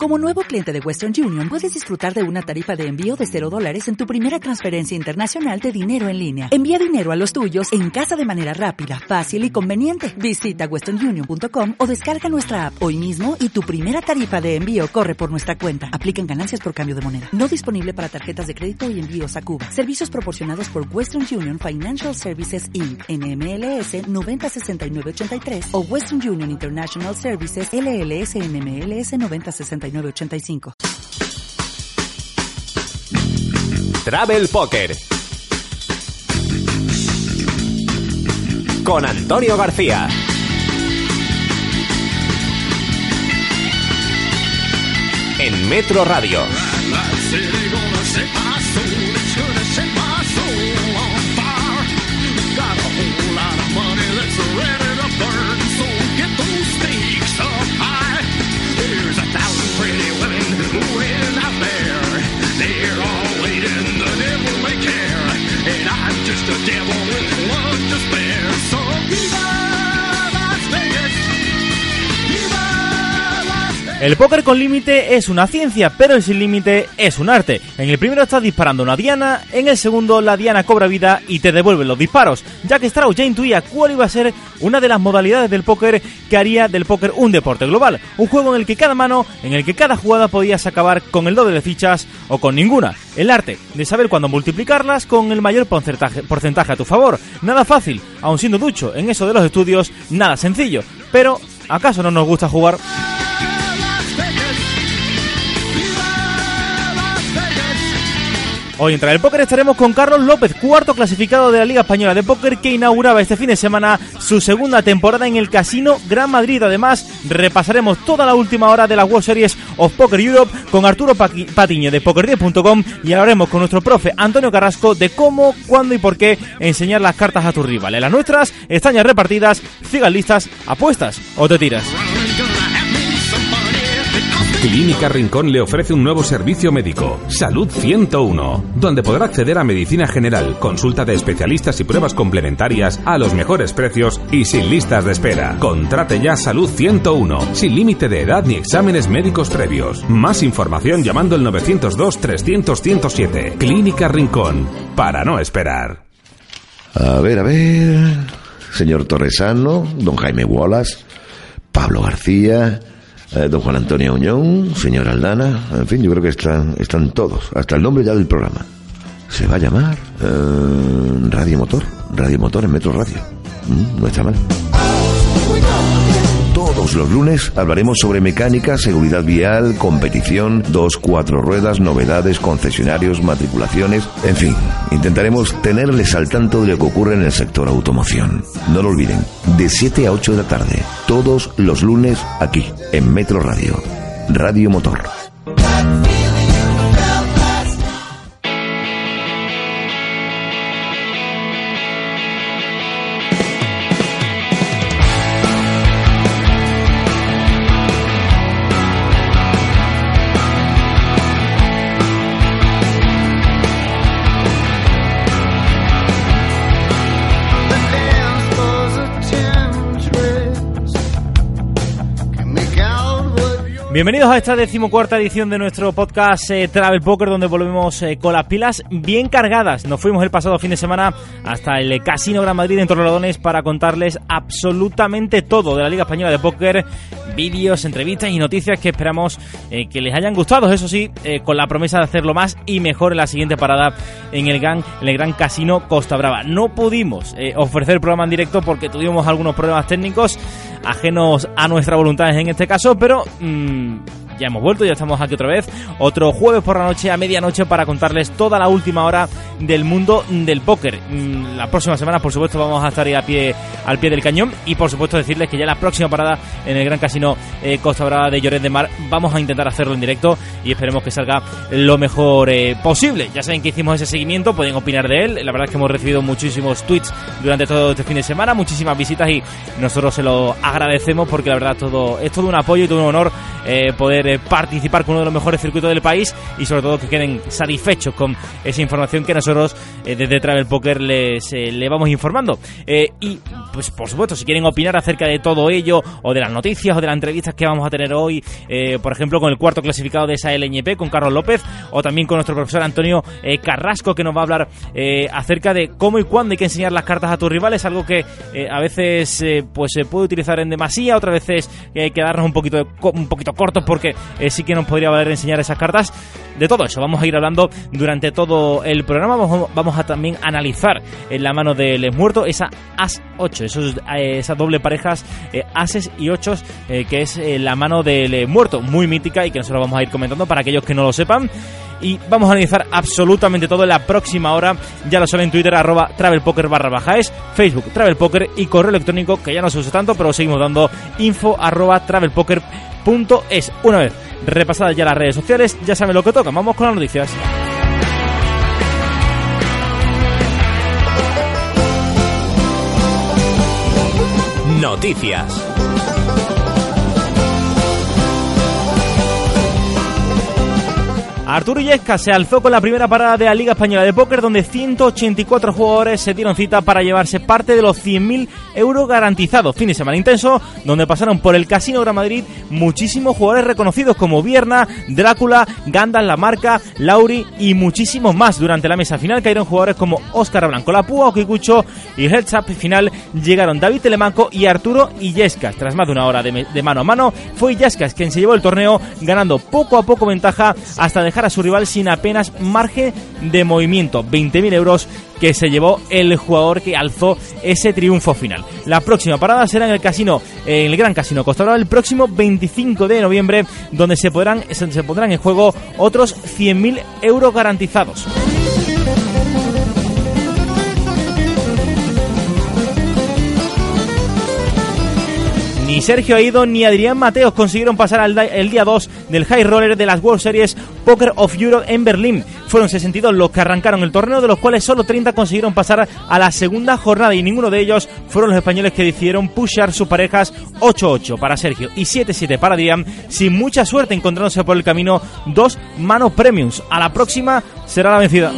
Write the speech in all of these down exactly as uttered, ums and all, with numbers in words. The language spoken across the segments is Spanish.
Como nuevo cliente de Western Union, puedes disfrutar de una tarifa de envío de cero dólares en tu primera transferencia internacional de dinero en línea. Envía dinero a los tuyos en casa de manera rápida, fácil y conveniente. Visita western union punto com o descarga nuestra app hoy mismo y tu primera tarifa de envío corre por nuestra cuenta. Aplican ganancias por cambio de moneda. No disponible para tarjetas de crédito y envíos a Cuba. Servicios proporcionados por Western Union Financial Services incorporated. N M L S noventa sesenta y nueve ochenta y tres o Western Union International Services L L S N M L S noventa sesenta y nueve ochenta y cinco. Travel Poker con Antonio García. En Metro Radio. El póker con límite es una ciencia, pero el sin límite es un arte. En el primero estás disparando una diana, en el segundo la diana cobra vida y te devuelve los disparos. Jack Straus ya intuía cuál iba a ser una de las modalidades del póker que haría del póker un deporte global. Un juego en el que cada mano, en el que cada jugada podías acabar con el doble de fichas o con ninguna. El arte de saber cuándo multiplicarlas con el mayor porcentaje, porcentaje a tu favor. Nada fácil, aun siendo ducho en eso de los estudios, nada sencillo. Pero, ¿acaso no nos gusta jugar? Hoy en Travel Poker estaremos con Carlos López, cuarto clasificado de la Liga Española de Póker, que inauguraba este fin de semana su segunda temporada en el Casino Gran Madrid. Además, repasaremos toda la última hora de la World Series of Poker Europe con Arturo Patiño de poker diez punto com y hablaremos con nuestro profe Antonio Carrasco de cómo, cuándo y por qué enseñar las cartas a tus rivales. Las nuestras están ya repartidas, sigan listas, apuestas o te tiras. Clínica Rincón le ofrece un nuevo servicio médico, Salud ciento uno, donde podrá acceder a medicina general, consulta de especialistas y pruebas complementarias a los mejores precios y sin listas de espera. Contrate ya Salud ciento uno, sin límite de edad ni exámenes médicos previos. Más información llamando al novecientos dos trescientos ciento siete. Clínica Rincón, para no esperar. A ver, a ver... Señor Torresano, don Jaime Wallace, Pablo García... Eh, don Juan Antonio Uñón, señor Aldana, en fin, yo creo que están, están todos, hasta el nombre ya del programa. Se va a llamar eh, Radio Motor, Radio Motor en Metro Radio. Mm, no está mal. Todos los lunes hablaremos sobre mecánica, seguridad vial, competición, dos, cuatro ruedas, novedades, concesionarios, matriculaciones, en fin, intentaremos tenerles al tanto de lo que ocurre en el sector automoción. No lo olviden, de siete a ocho de la tarde, todos los lunes aquí, en Metro Radio, Radio Motor. Bienvenidos a esta decimocuarta edición de nuestro podcast eh, Travel Poker, donde volvemos eh, con las pilas bien cargadas. Nos fuimos el pasado fin de semana hasta el eh, Casino Gran Madrid en Torrelodones para contarles absolutamente todo de la Liga Española de Póker, vídeos, entrevistas y noticias que esperamos eh, que les hayan gustado. Eso sí, eh, con la promesa de hacerlo más y mejor en la siguiente parada en el Gran, en el Gran Casino Costa Brava. No pudimos eh, ofrecer el programa en directo porque tuvimos algunos problemas técnicos ajenos a nuestra voluntad en este caso, pero mmm, ya hemos vuelto, ya estamos aquí otra vez, otro jueves por la noche a medianoche para contarles toda la última hora del mundo del póker. Mm, la próxima semana, por supuesto, vamos a estar ahí a pie, al pie del cañón y, por supuesto, decirles que ya la próxima parada en el Gran Casino eh, Costa Brava de Lloret de Mar vamos a intentar hacerlo en directo y esperemos que salga lo mejor eh, posible. Ya saben que hicimos ese seguimiento, pueden opinar de él. La verdad es que hemos recibido muchísimos tweets durante todo este fin de semana, muchísimas visitas y nosotros se lo agradecemos porque la verdad todo es todo un apoyo y todo un honor eh, poder eh, participar con uno de los mejores circuitos del país y sobre todo que queden satisfechos con esa información que nosotros eh, desde Travel Poker les, eh, le vamos informando. Eh, y pues por supuesto, si quieren opinar acerca de todo ello, o de las noticias, o de las entrevistas que vamos a tener hoy, eh, por ejemplo, con el cuarto clasificado de esa L Ñ P, con Carlos López, o también con nuestro profesor Antonio eh, Carrasco, que nos va a hablar eh, acerca de cómo y cuándo hay que enseñar las cartas a tus rivales, algo que eh, a veces eh, pues se puede utilizar en demasía, otras veces eh, hay que quedarnos un poquito, de, un poquito cortos, porque eh, sí que nos podría valer enseñar esas cartas. De todo eso vamos a ir hablando durante todo el programa. Vamos, vamos a también analizar en la mano del Les Muerto esa As ocho, esos, eh, esas doble parejas eh, Ases y Ochos, eh, que es eh, la mano del Les Muerto, muy mítica, y que nosotros vamos a ir comentando para aquellos que no lo sepan. Y vamos a analizar absolutamente todo en la próxima hora. Ya lo saben, Twitter, arroba travelpoker barra baja es, Facebook travelpoker, y correo electrónico, que ya no se usa tanto, pero seguimos dando, info arroba travelpoker punto es. Una vez repasadas ya las redes sociales, ya saben lo que toca. Vamos con las noticias. Noticias. Arturo Illescas se alzó con la primera parada de la Liga Española de Póker, donde ciento ochenta y cuatro jugadores se dieron cita para llevarse parte de los cien mil euros garantizados. Fin de semana intenso, donde pasaron por el Casino Gran Madrid muchísimos jugadores reconocidos como Vierna, Drácula, Gandalf, La Marca, Lauri y muchísimos más. Durante la mesa final cayeron jugadores como Óscar Blanco, La Púa, Okikucho y Heads Up. Final llegaron David Telemaco y Arturo Illescas. Tras más de una hora de, de mano a mano, fue Illescas quien se llevó el torneo, ganando poco a poco ventaja hasta dejar a su rival sin apenas margen de movimiento. veinte mil euros que se llevó el jugador que alzó ese triunfo final. La próxima parada será en el casino, en el Gran Casino Costa Brava, el próximo veinticinco de noviembre, donde se podrán se, se pondrán en juego otros cien mil euros garantizados. Ni Sergio Aido ni Adrián Mateos consiguieron pasar al el día dos del High Roller de las World Series Poker of Europe en Berlín. Fueron sesenta y dos los que arrancaron el torneo, de los cuales solo treinta consiguieron pasar a la segunda jornada, y ninguno de ellos fueron los españoles, que decidieron pushar sus parejas ocho ocho para Sergio y siete siete para Adrián, sin mucha suerte, encontrándose por el camino dos manos premiums. A la próxima será la vencida.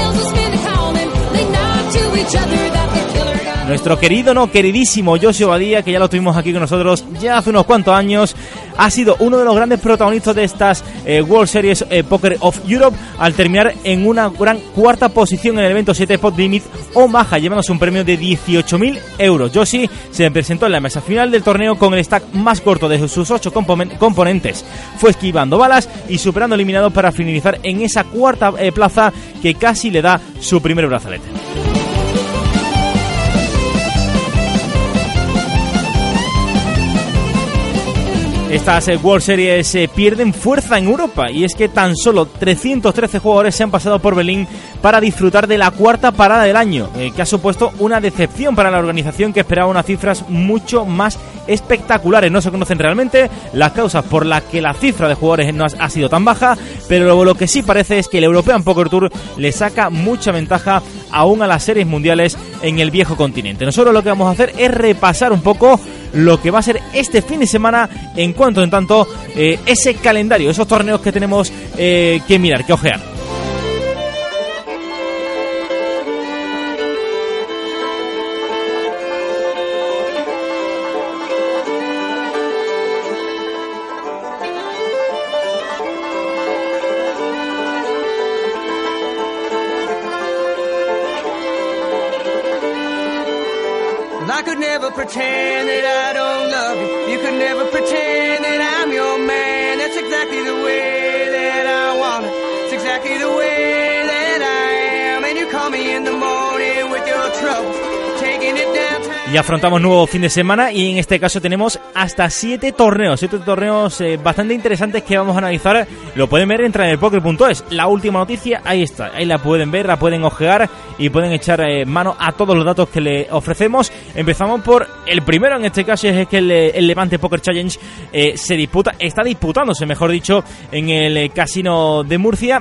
Nuestro querido, no queridísimo José Badía, que ya lo tuvimos aquí con nosotros ya hace unos cuantos años, ha sido uno de los grandes protagonistas de estas eh, World Series eh, Poker of Europe, al terminar en una gran cuarta posición en el evento siete Pot Limit Omaha, llevándose un premio de dieciocho mil euros. Josie se presentó en la mesa final del torneo con el stack más corto de sus ocho compon- componentes. Fue esquivando balas y superando eliminados para finalizar en esa cuarta eh, plaza, que casi le da su primer brazalete. Estas eh, World Series eh, pierden fuerza en Europa, y es que tan solo trescientos trece jugadores se han pasado por Berlín para disfrutar de la cuarta parada del año, eh, que ha supuesto una decepción para la organización, que esperaba unas cifras mucho más espectaculares. No se conocen realmente las causas por las que la cifra de jugadores no ha, ha sido tan baja, pero lo, lo que sí parece es que el European Poker Tour le saca mucha ventaja aún a las series mundiales en el viejo continente. Nosotros lo que vamos a hacer es repasar un poco lo que va a ser este fin de semana, en cuanto en tanto eh, ese calendario, esos torneos que tenemos eh, que mirar, que ojear. I could never pretend that I don't love you. You could never pretend that I'm your man. That's exactly the way that I want it. It's exactly the way that I am. And you call me in the morning with your troubles, taking it downtown. Y afrontamos nuevo fin de semana, y en este caso tenemos hasta siete torneos, siete torneos eh, bastante interesantes que vamos a analizar. Lo pueden ver en travelpoker punto es. La última noticia, ahí está, ahí la pueden ver, la pueden ojear y pueden echar eh, mano a todos los datos que le ofrecemos. Empezamos por el primero, en este caso es que el, el Levante Poker Challenge eh, se disputa, está disputándose, mejor dicho, en el eh, Casino de Murcia.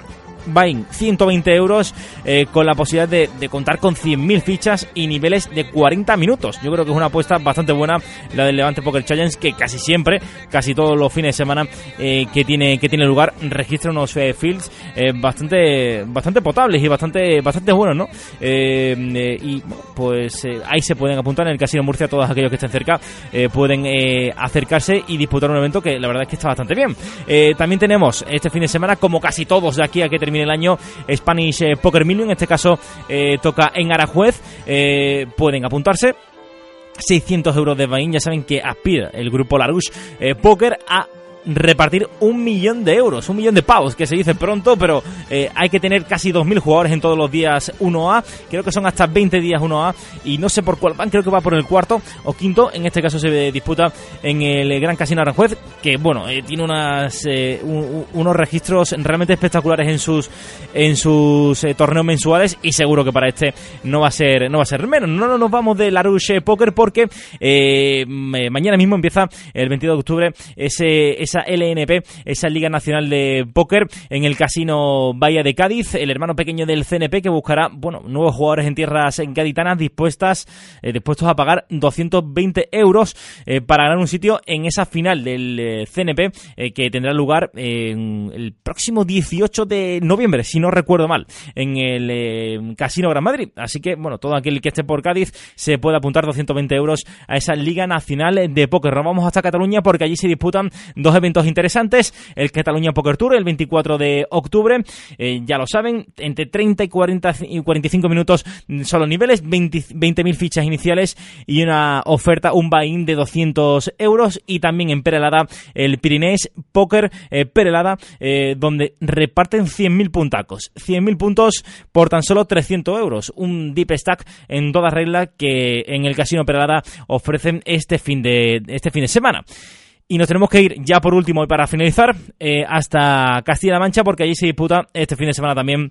buy-in ciento veinte euros, eh, con la posibilidad de, de contar con cien mil fichas y niveles de cuarenta minutos. Yo creo que es una apuesta bastante buena la del Levante Poker Challenge, que casi siempre, casi todos los fines de semana eh, que tiene que tiene lugar, registra unos eh, fields eh, bastante bastante potables y bastante bastante buenos, ¿no? Eh, eh, y pues eh, ahí se pueden apuntar en el Casino Murcia. Todos aquellos que estén cerca eh, pueden eh, acercarse y disputar un evento que la verdad es que está bastante bien. Eh, también tenemos este fin de semana, como casi todos de aquí a que termine el año, Spanish eh, Poker Million. En este caso eh, toca en Aranjuez. Eh, pueden apuntarse. seiscientos euros de buy-in. Ya saben que aspira el grupo Larouche eh, Poker a repartir un millón de euros, un millón de pavos, que se dice pronto, pero eh, hay que tener casi dos mil jugadores en todos los días uno A, creo que son hasta veinte días uno A, y no sé por cuál van, creo que va por el cuarto o quinto. En este caso se disputa en el Gran Casino Aranjuez, que bueno, eh, tiene unas eh, un, unos registros realmente espectaculares en sus en sus eh, torneos mensuales, y seguro que para este no va a ser no va a ser menos. No, no nos vamos de Larouche Poker porque eh, mañana mismo empieza el veintidós de octubre ese esa L N P, esa Liga Nacional de Póker en el Casino Bahía de Cádiz, el hermano pequeño del C N P, que buscará, bueno, nuevos jugadores en tierras gaditanas dispuestas, eh, dispuestos a pagar doscientos veinte euros eh, para ganar un sitio en esa final del eh, C N P eh, que tendrá lugar eh, el próximo dieciocho de noviembre, si no recuerdo mal, en el eh, Casino Gran Madrid. Así que, bueno, todo aquel que esté por Cádiz se puede apuntar doscientos veinte euros a esa Liga Nacional de Póker. Nos vamos hasta Cataluña porque allí se disputan dos eventos interesantes. El Cataluña Poker Tour el veinticuatro de octubre, eh, ya lo saben, entre treinta y cuarenta y cuarenta y cinco minutos son los niveles, veinte mil fichas iniciales y una oferta, un buy-in de doscientos euros. Y también en Perelada el Pyrenees Poker eh, Perelada, eh, donde reparten cien mil puntacos, cien mil puntos por tan solo trescientos euros, un deep stack en toda regla que en el Casino Perelada ofrecen este fin de este fin de semana. Y nos tenemos que ir ya por último y para finalizar eh, hasta Castilla-La Mancha, porque allí se disputa este fin de semana también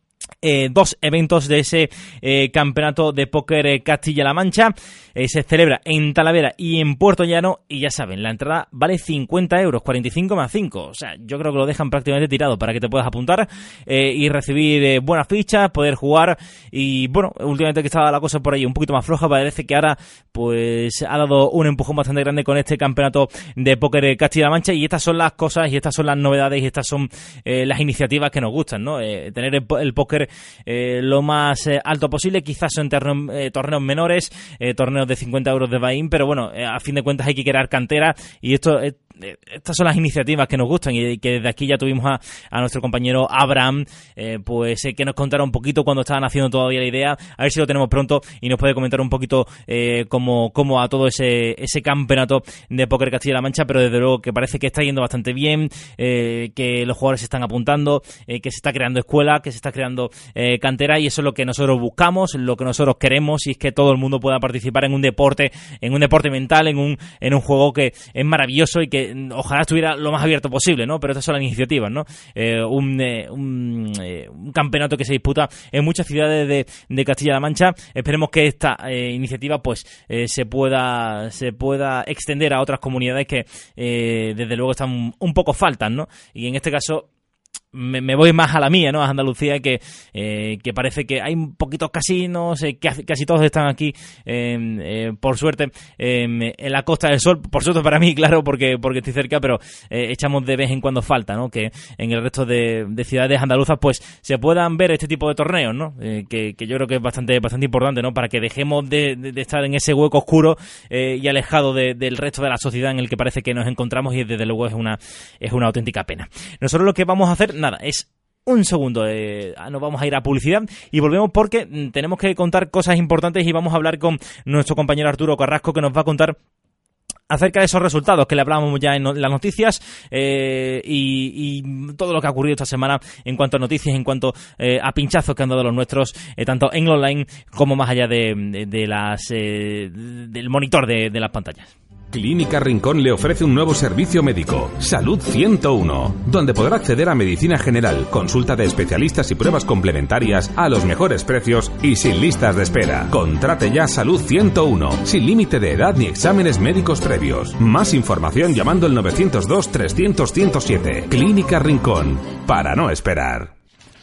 Eh, dos eventos de ese eh, campeonato de póker eh, Castilla-La Mancha. Eh, se celebra en Talavera y en Puerto Llano, y ya saben, la entrada vale cincuenta euros, cuarenta y cinco más cinco. O sea, yo creo que lo dejan prácticamente tirado para que te puedas apuntar eh, y recibir eh, buenas fichas, poder jugar. Y bueno, últimamente que estaba la cosa por ahí un poquito más floja, parece que ahora pues ha dado un empujón bastante grande con este campeonato de póker Castilla-La Mancha. Y estas son las cosas y estas son las novedades y estas son eh, las iniciativas que nos gustan, ¿no? Eh, tener el, el póker eh, lo más eh, alto posible. Quizás son terno, eh, torneos menores, eh, torneos de cincuenta euros de buy-in, pero bueno, eh, a fin de cuentas hay que crear cantera, y esto eh, estas son las iniciativas que nos gustan, y que desde aquí ya tuvimos a, a nuestro compañero Abraham, eh, pues eh, que nos contara un poquito cuando estaban haciendo todavía la idea. A ver si lo tenemos pronto y nos puede comentar un poquito eh, cómo, cómo a todo ese ese campeonato de póker Castilla-La Mancha. Pero desde luego que parece que está yendo bastante bien, eh, que los jugadores se están apuntando, eh, que se está creando escuela, que se está creando eh, cantera, y eso es lo que nosotros buscamos, lo que nosotros queremos, y es que todo el mundo pueda participar en un deporte, en un deporte mental, en un en un juego que es maravilloso y que ojalá estuviera lo más abierto posible, ¿no? Pero estas son las iniciativas, ¿no? Eh, un, eh, un, eh, un campeonato que se disputa en muchas ciudades de, de Castilla-La Mancha. Esperemos que esta eh, iniciativa pues eh, se pueda se pueda extender a otras comunidades que eh, desde luego están un poco faltan, ¿no? Y en este caso Me, me voy más a la mía, ¿no? A Andalucía, que eh, que parece que hay poquitos casinos, eh, que casi todos están aquí, eh, eh, por suerte, eh, en la Costa del Sol. Por suerte para mí, claro, porque porque estoy cerca, pero eh, echamos de vez en cuando falta, ¿no? Que en el resto de, de ciudades andaluzas, pues, se puedan ver este tipo de torneos, ¿no? Eh, que, que yo creo que es bastante bastante importante, ¿no? Para que dejemos de, de, de estar en ese hueco oscuro eh, y alejado de, del resto de la sociedad en el que parece que nos encontramos, y desde luego es una es una auténtica pena. Nosotros lo que vamos a hacer, nada, es un segundo, eh, nos vamos a ir a publicidad y volvemos porque tenemos que contar cosas importantes, y vamos a hablar con nuestro compañero Arturo Carrasco, que nos va a contar acerca de esos resultados que le hablábamos ya en las noticias, eh, y, y todo lo que ha ocurrido esta semana en cuanto a noticias, en cuanto eh, a pinchazos que han dado los nuestros, eh, tanto en online como más allá de, de, de las eh, del monitor de, de las pantallas. Clínica Rincón le ofrece un nuevo servicio médico, Salud ciento uno, donde podrá acceder a medicina general, consulta de especialistas y pruebas complementarias a los mejores precios y sin listas de espera. Contrate ya Salud ciento uno, sin límite de edad ni exámenes médicos previos. Más información llamando al novecientos dos trescientos ciento siete. Clínica Rincón, para no esperar.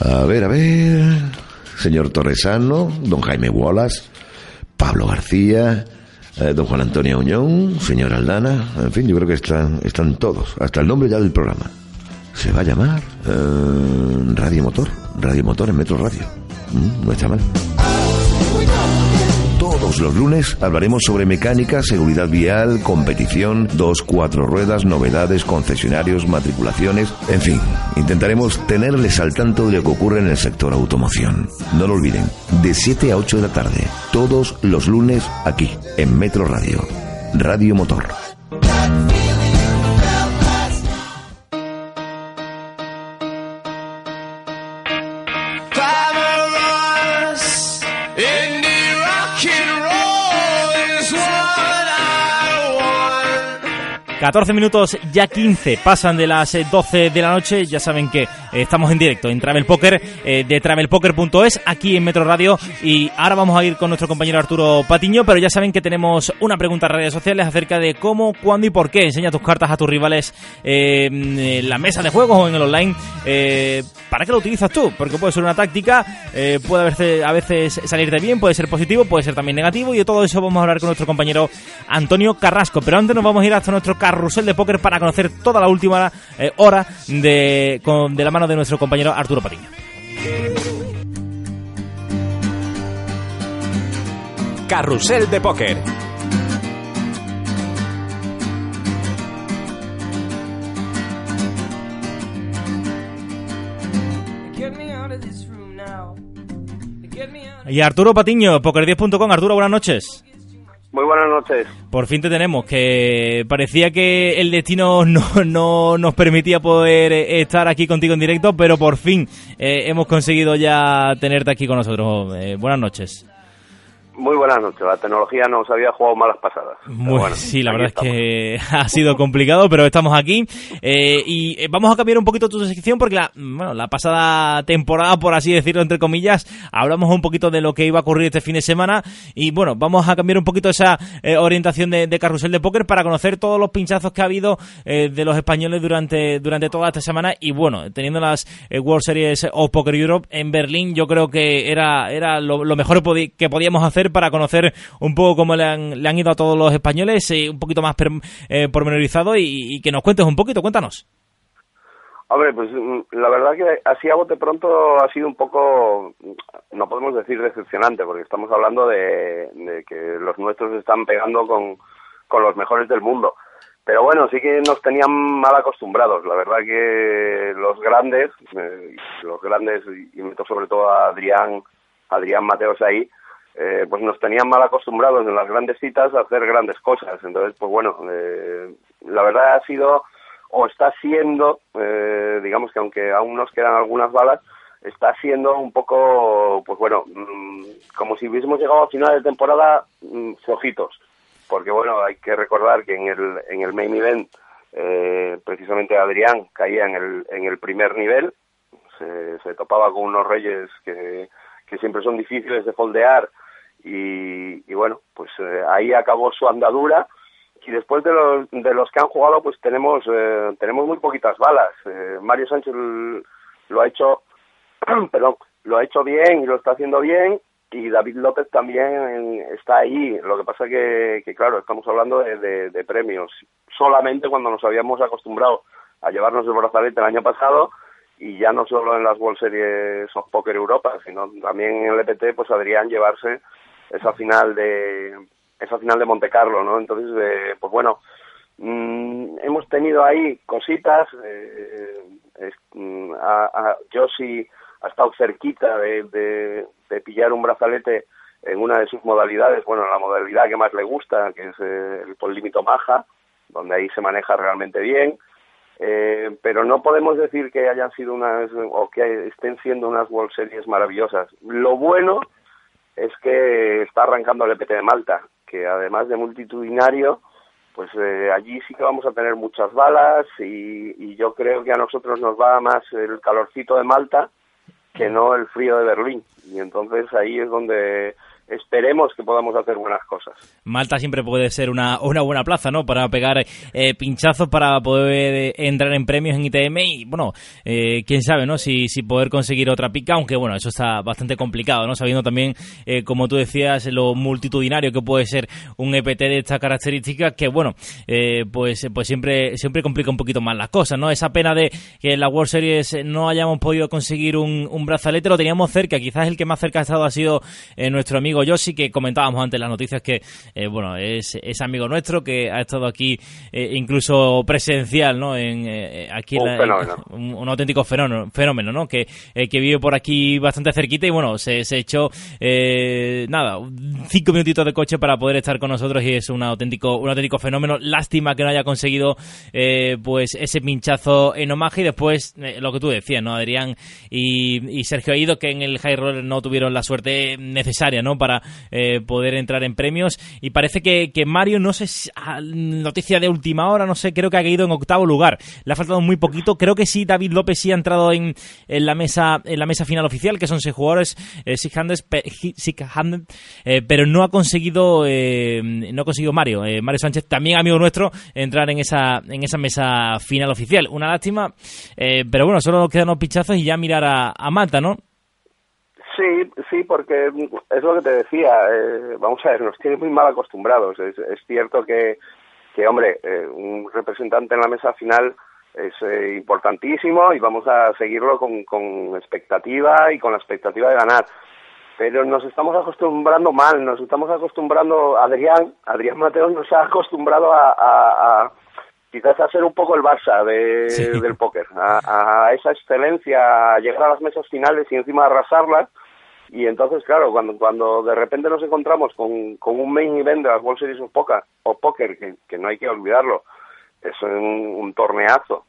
A ver, a ver... Señor Torresano, don Jaime Wallace, Pablo García, eh, don Juan Antonio Uñón, señor Aldana, en fin, yo creo que están, están todos, hasta el nombre ya del programa. Se va a llamar eh, Radio Motor, Radio Motor en Metro Radio. Mm, no está mal. Todos los lunes hablaremos sobre mecánica, seguridad vial, competición, dos, cuatro ruedas, novedades, concesionarios, matriculaciones, en fin, intentaremos tenerles al tanto de lo que ocurre en el sector automoción. No lo olviden, de siete a ocho de la tarde, todos los lunes aquí, en Metro Radio, Radio Motor. catorce minutos, ya quince, pasan de las doce de la noche. Ya saben que eh, estamos en directo en Travel Poker, eh, de travel poker punto es, aquí en Metro Radio. Y ahora vamos a ir con nuestro compañero Arturo Patiño, pero ya saben que tenemos una pregunta en redes sociales acerca de cómo, cuándo y por qué enseña tus cartas a tus rivales eh, en la mesa de juegos o en el online. Eh, ¿Para qué lo utilizas tú? Porque puede ser una táctica, eh, puede a veces, a veces salirte bien, puede ser positivo, puede ser también negativo, y de todo eso vamos a hablar con nuestro compañero Antonio Carrasco. Pero antes nos vamos a ir hasta nuestro carrusel de póker para conocer toda la última eh, hora de, con, de la mano de nuestro compañero Arturo Patiño. Carrusel de póker. Y Arturo Patiño, poker diez punto com. Arturo, buenas noches. Muy buenas noches. Por fin te tenemos, que parecía que el destino no, no nos permitía poder estar aquí contigo en directo, pero por fin eh, hemos conseguido ya tenerte aquí con nosotros. Eh, buenas noches. Muy buenas noches. La tecnología nos había jugado malas pasadas. Muy, bueno, sí, la verdad estamos. Es que ha sido complicado, pero estamos aquí. Eh, y vamos a cambiar un poquito tu sección porque la, bueno, la pasada temporada, por así decirlo, entre comillas, hablamos un poquito de lo que iba a ocurrir este fin de semana. Y bueno, vamos a cambiar un poquito esa eh, orientación de, de carrusel de póker para conocer todos los pinchazos que ha habido eh, de los españoles durante, durante toda esta semana. Y bueno, teniendo las eh, World Series of Poker Europe en Berlín, yo creo que era, era lo, lo mejor que podíamos hacer para conocer un poco cómo le han, le han ido a todos los españoles, eh, un poquito más per, eh, pormenorizado, y, y que nos cuentes un poquito, cuéntanos. Hombre, pues la verdad que así a bote pronto ha sido un poco, no podemos decir decepcionante, porque estamos hablando de, de que los nuestros están pegando con, con los mejores del mundo. Pero bueno, sí que nos tenían mal acostumbrados. La verdad que los grandes, eh, los grandes, y meto sobre todo a Adrián, Adrián Mateos ahí, Eh, pues nos tenían mal acostumbrados en las grandes citas a hacer grandes cosas. Entonces, pues bueno, eh, la verdad ha sido, o está siendo, eh, digamos que aunque aún nos quedan algunas balas, está siendo un poco, pues bueno, mmm, como si hubiésemos llegado a final de temporada mmm, flojitos. Porque bueno, hay que recordar que en el, en el main event, eh, precisamente Adrián caía en el, en el primer nivel, se, se topaba con unos reyes que, que siempre son difíciles de foldear. Y, y bueno, pues eh, ahí acabó su andadura, y después de los, de los que han jugado, pues tenemos eh, tenemos muy poquitas balas. Eh, Mario Sánchez lo ha hecho, perdón, lo ha hecho bien y lo está haciendo bien, y David López también está ahí. Lo que pasa que, que claro, estamos hablando de, de, de premios, solamente cuando nos habíamos acostumbrado a llevarnos el brazalete el año pasado, y ya no solo en las World Series of Poker Europa, sino también en el E P T, pues Adrián llevarse esa final de esa final de Monte Carlo, ¿no? Entonces, eh, pues bueno, mmm, hemos tenido ahí cositas. Eh, eh, a, a Josie ha estado cerquita de, de, de pillar un brazalete en una de sus modalidades, bueno, la modalidad que más le gusta, que es eh, el Polímito Maja, donde ahí se maneja realmente bien. Eh, pero no podemos decir que hayan sido unas, o que estén siendo unas World Series maravillosas. Lo bueno es que está arrancando el E P T de Malta, que además de multitudinario, pues eh, allí sí que vamos a tener muchas balas, y, y yo creo que a nosotros nos va más el calorcito de Malta que no el frío de Berlín, y entonces ahí es donde esperemos que podamos hacer buenas cosas. Malta siempre puede ser una, una buena plaza, ¿no? Para pegar eh, pinchazos, para poder eh, entrar en premios en I T M y, bueno, eh, quién sabe, ¿no? Si, si poder conseguir otra pica, aunque, bueno, eso está bastante complicado, ¿no? Sabiendo también, eh, como tú decías, lo multitudinario que puede ser un E P T de estas características, que, bueno, eh, pues, pues siempre, siempre complica un poquito más las cosas, ¿no? Esa pena de que en la World Series no hayamos podido conseguir un, un brazalete, lo teníamos cerca, quizás el que más cerca ha estado ha sido eh, nuestro amigo Yoshi, que comentábamos antes las noticias que, eh, bueno, es, es amigo nuestro, que ha estado aquí eh, incluso presencial, ¿no? En, eh, aquí un la, fenómeno. Un, un auténtico fenómeno, fenómeno ¿no? Que, eh, que vive por aquí bastante cerquita y, bueno, se, se echó, eh, nada, cinco minutitos de coche para poder estar con nosotros y es un auténtico, un auténtico fenómeno. Lástima que no haya conseguido, eh, pues, ese pinchazo en Omaha y después, eh, lo que tú decías, ¿no? Adrián y, y Sergio Aido, que en el High Roller no tuvieron la suerte necesaria, ¿no? Para eh, poder entrar en premios, y parece que, que Mario, no sé si, noticia de última hora, no sé, creo que ha caído en octavo lugar, le ha faltado muy poquito. Creo que sí, David López sí ha entrado en, en la mesa en la mesa final oficial, que son seis jugadores, eh, six hundred, six hundred, eh, pero no ha conseguido eh, no ha conseguido Mario eh, Mario Sánchez, también amigo nuestro, entrar en esa en esa mesa final oficial. Una lástima, eh, pero bueno, solo nos quedan los pinchazos y ya mirar a, a Malta, ¿no? Sí, sí, porque es lo que te decía, eh, vamos a ver, nos tiene muy mal acostumbrados. Es, es cierto que, que hombre, eh, un representante en la mesa final es eh, importantísimo y vamos a seguirlo con, con expectativa y con la expectativa de ganar. Pero nos estamos acostumbrando mal, nos estamos acostumbrando, Adrián, Adrián Mateos nos ha acostumbrado a, a, a quizás a ser un poco el Barça de, sí. del póker, a, a esa excelencia, a llegar a las mesas finales y encima arrasarlas. Y entonces, claro, cuando cuando de repente nos encontramos con, con un main event de las World Series of Poker, o Poker, que, que no hay que olvidarlo, es un, un torneazo,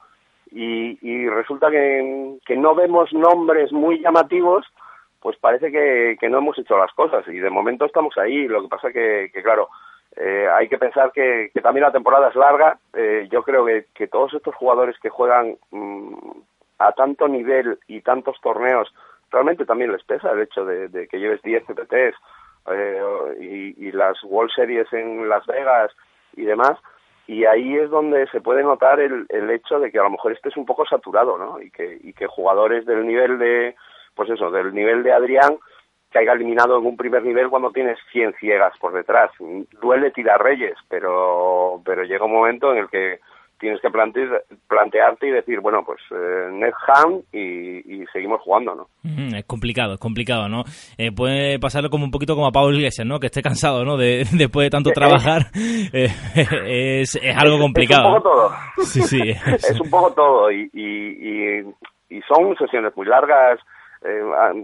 y, y resulta que, que no vemos nombres muy llamativos, pues parece que, que no hemos hecho las cosas, y de momento estamos ahí. Lo que pasa que, que claro, eh, hay que pensar que, que también la temporada es larga. Eh, yo creo que, que todos estos jugadores que juegan mmm, a tanto nivel y tantos torneos, realmente también les pesa el hecho de, de que lleves diez C P Ts eh, y, y las World Series en Las Vegas y demás, y ahí es donde se puede notar el, el hecho de que a lo mejor este es un poco saturado, ¿no? Y que, y que jugadores del nivel de, pues eso, del nivel de Adrián, que haya eliminado en un primer nivel cuando tienes cien ciegas por detrás. Duele tirar reyes, pero, pero llega un momento en el que tienes que plantear, plantearte y decir, bueno, pues eh, net ham y, y seguimos jugando, ¿no? Mm, es complicado, es complicado, ¿no? Eh, puede pasarlo como un poquito como a Pablo Iglesias, ¿no? Que esté cansado, ¿no? De, después de tanto trabajar. eh, es, es algo complicado. Es un poco todo. Sí, sí. Es, es un poco todo y, y, y, y son sesiones muy largas. Eh,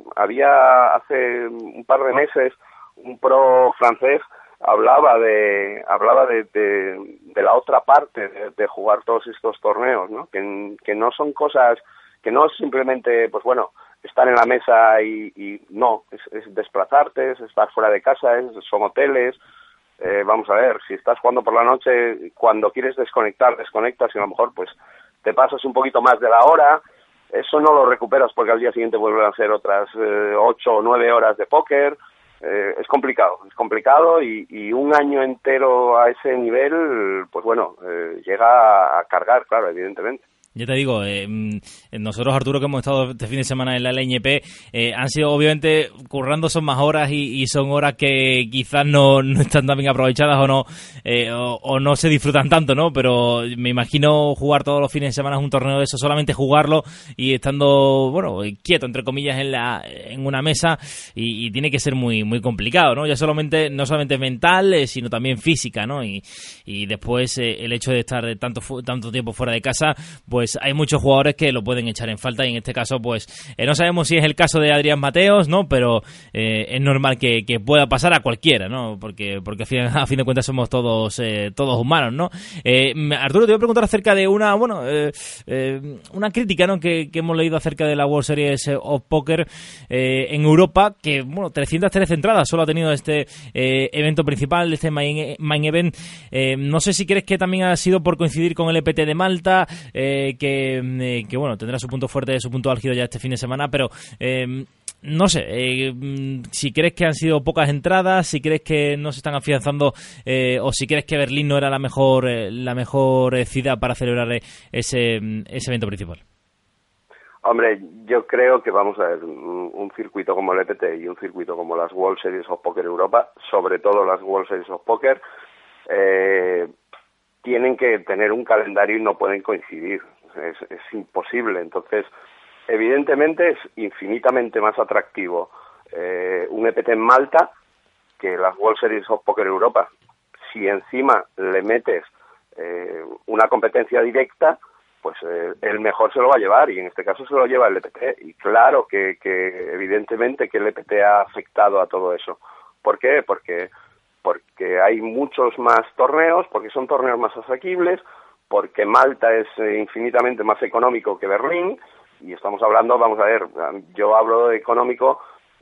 había hace un par de meses un pro francés hablaba de hablaba de, de, de la otra parte de, de jugar todos estos torneos, ¿no? Que, que no son cosas, que no es simplemente, pues bueno, estar en la mesa y, y no, es, es desplazarte, es estar fuera de casa, es, son hoteles. Eh, vamos a ver, si estás jugando por la noche, cuando quieres desconectar, desconectas y a lo mejor pues te pasas un poquito más de la hora. Eso no lo recuperas porque al día siguiente vuelven a ser otras eh, ocho o nueve horas de póker. Eh, es complicado, es complicado y, y un año entero a ese nivel, pues bueno, eh, llega a cargar, claro, evidentemente. Ya te digo, eh, nosotros, Arturo, que hemos estado este fin de semana en la L N P, eh, han sido, obviamente, currando son más horas y, y son horas que quizás no, no están tan bien aprovechadas o no eh, o, o no se disfrutan tanto, ¿no? Pero me imagino jugar todos los fines de semana un torneo de eso, solamente jugarlo y estando, bueno, quieto, entre comillas, en la en una mesa y, y tiene que ser muy muy complicado, ¿no? Ya solamente, no solamente mental, eh, sino también física, ¿no? Y, y después eh, el hecho de estar tanto, tanto tiempo fuera de casa, pues pues hay muchos jugadores que lo pueden echar en falta y en este caso pues eh, no sabemos si es el caso de Adrián Mateos, ¿no? Pero eh, es normal que, que pueda pasar a cualquiera, ¿no? Porque porque a fin, a fin de cuentas somos todos eh, todos humanos, ¿no? Eh, Arturo, te voy a preguntar acerca de una, bueno, eh, eh, una crítica, ¿no? Que, que hemos leído acerca de la World Series of Poker eh, en Europa, que, bueno, trescientas trece entradas solo ha tenido este eh, evento principal, este main, main event. Eh, no sé si crees que también ha sido por coincidir con el E P T de Malta, eh, que, eh, que bueno, tendrá su punto fuerte, su punto álgido ya este fin de semana, pero eh, no sé, eh, si crees que han sido pocas entradas, si crees que no se están afianzando eh, o si crees que Berlín no era la mejor eh, la mejor eh, ciudad para celebrar eh, ese, ese evento principal. Hombre, yo creo que vamos a ver, un, un circuito como el E P T y un circuito como las World Series of Poker Europa, sobre todo las World Series of Poker, eh, tienen que tener un calendario y no pueden coincidir, es, es imposible. Entonces, evidentemente es infinitamente más atractivo eh, un E P T en Malta que las World Series of Poker Europa. Si encima le metes eh, una competencia directa, pues eh, el mejor se lo va a llevar, y en este caso se lo lleva el E P T. Y claro que, que evidentemente que el E P T ha afectado a todo eso. ¿Por qué? Porque, porque hay muchos más torneos, porque son torneos más asequibles, porque Malta es eh, infinitamente más económico que Berlín, y estamos hablando, vamos a ver, yo hablo de económico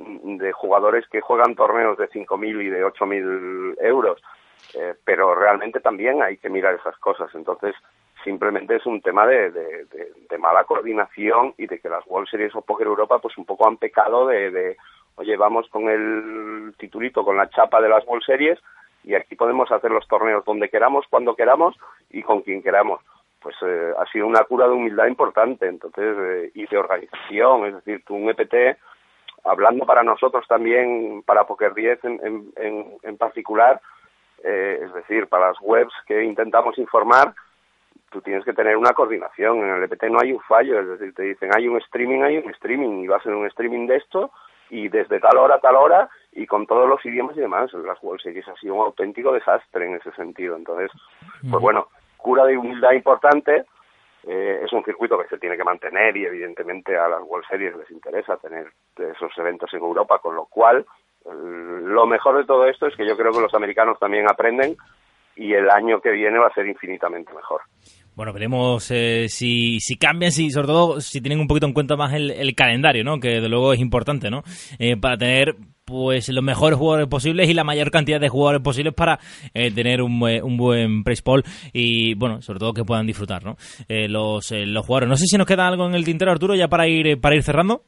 de jugadores que juegan torneos de cinco mil y de ocho mil euros, eh, pero realmente también hay que mirar esas cosas. Entonces, simplemente es un tema de, de, de, de mala coordinación, y de que las World Series of Poker Europa pues un poco han pecado de, de, oye, vamos con el titulito, con la chapa de las World Series, y aquí podemos hacer los torneos donde queramos, cuando queramos y con quien queramos. Pues eh, ha sido una cura de humildad importante, entonces eh, y de organización. Es decir, tú un E P T, hablando para nosotros también, para Poker diez en, en, en, en particular, eh, es decir, para las webs que intentamos informar, tú tienes que tener una coordinación. En el E P T no hay un fallo, es decir, te dicen hay un streaming, hay un streaming, y vas en un streaming de esto, y desde tal hora a tal hora, y con todos los idiomas y demás. Las World Series ha sido un auténtico desastre en ese sentido. Entonces, pues bueno, cura de humildad importante. Eh, es un circuito que se tiene que mantener, y evidentemente a las World Series les interesa tener esos eventos en Europa, con lo cual el, lo mejor de todo esto es que yo creo que los americanos también aprenden, y el año que viene va a ser infinitamente mejor. Bueno, veremos eh, si, si cambian, si, sobre todo si tienen un poquito en cuenta más el, el calendario, ¿no? Que de luego es importante, ¿no? Eh, para tener pues los mejores jugadores posibles y la mayor cantidad de jugadores posibles para eh, tener un, un buen prize pool, y bueno, sobre todo que puedan disfrutar, ¿no? Eh, los, eh, los jugadores. No sé si nos queda algo en el tintero, Arturo, ya para ir para ir cerrando.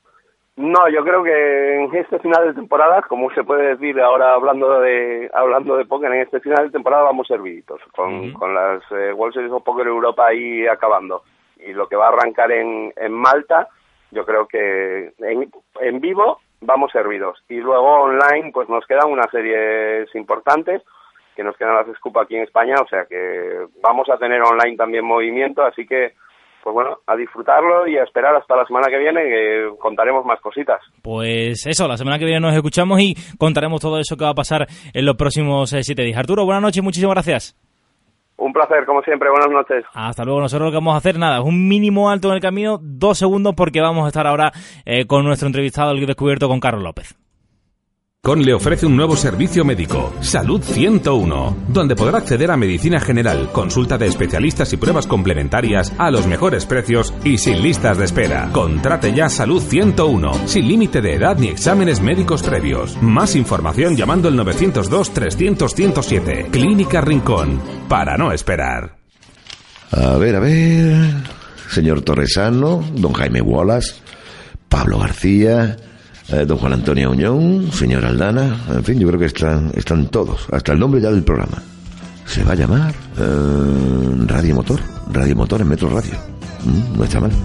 No, yo creo que en este final de temporada, como se puede decir ahora hablando de hablando de póker, en este final de temporada vamos serviditos, con, uh-huh. con las eh, World Series of Poker Europa ahí acabando. Y lo que va a arrancar en, en Malta, yo creo que en, en vivo vamos servidos. Y luego online, pues nos quedan unas series importantes, que nos quedan las Scoop aquí en España, o sea que vamos a tener online también movimiento, así que pues bueno, a disfrutarlo y a esperar hasta la semana que viene, que contaremos más cositas. Pues eso, la semana que viene nos escuchamos y contaremos todo eso que va a pasar en los próximos eh, siete días. Arturo, buenas noches y muchísimas gracias. Un placer, como siempre, buenas noches. Hasta luego. Nosotros lo que vamos a hacer, nada, es un mínimo alto en el camino, dos segundos, porque vamos a estar ahora eh, con nuestro entrevistado, el descubierto, con Carlos López. Con le ofrece un nuevo servicio médico, Salud ciento uno, donde podrá acceder a medicina general, consulta de especialistas y pruebas complementarias a los mejores precios y sin listas de espera. Contrate ya Salud ciento uno, sin límite de edad ni exámenes médicos previos. Más información llamando al nueve cero dos, trescientos, ciento siete. Clínica Rincón, para no esperar. A ver, a ver... Señor Torresano, don Jaime Wallace, Pablo García... Eh, don Juan Antonio Uñón, señor Aldana, en fin, yo creo que están, están todos, hasta el nombre ya del programa. Se va a llamar eh, Radio Motor, Radio Motor en Metro Radio. Mm, no está mal.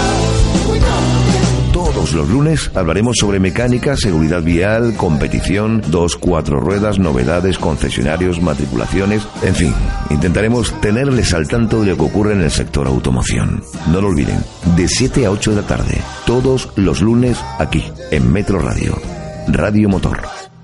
Todos los lunes hablaremos sobre mecánica, seguridad vial, competición, dos, cuatro ruedas, novedades, concesionarios, matriculaciones, en fin, intentaremos tenerles al tanto de lo que ocurre en el sector automoción. No lo olviden, de siete a ocho de la tarde, todos los lunes aquí, en Metro Radio, Radio Motor.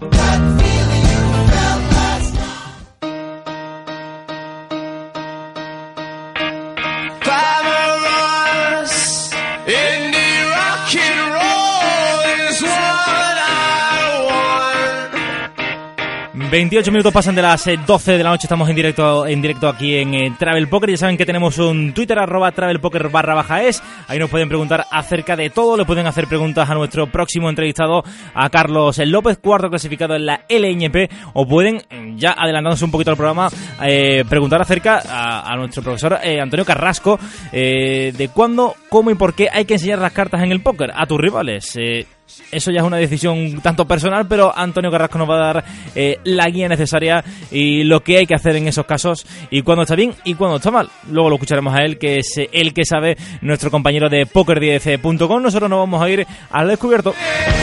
veintiocho minutos pasan de las doce de la noche, estamos en directo en directo aquí en eh, Travel Poker. Ya saben que tenemos un Twitter, arroba travelpoker barra baja es. Ahí nos pueden preguntar acerca de todo, le pueden hacer preguntas a nuestro próximo entrevistado, a Carlos López, cuarto clasificado en la L Ñ P, o pueden, ya adelantándose un poquito al programa, eh, preguntar acerca a, a nuestro profesor eh, Antonio Carrasco, eh, de cuándo, cómo y por qué hay que enseñar las cartas en el póker a tus rivales. Eh, eso ya es una decisión tanto personal, pero Antonio Carrasco nos va a dar eh, la guía necesaria y lo que hay que hacer en esos casos y cuándo está bien y cuándo está mal. Luego lo escucharemos a él, que es el que sabe, nuestro compañero de Poker diez punto com. Nosotros nos vamos a ir al descubierto.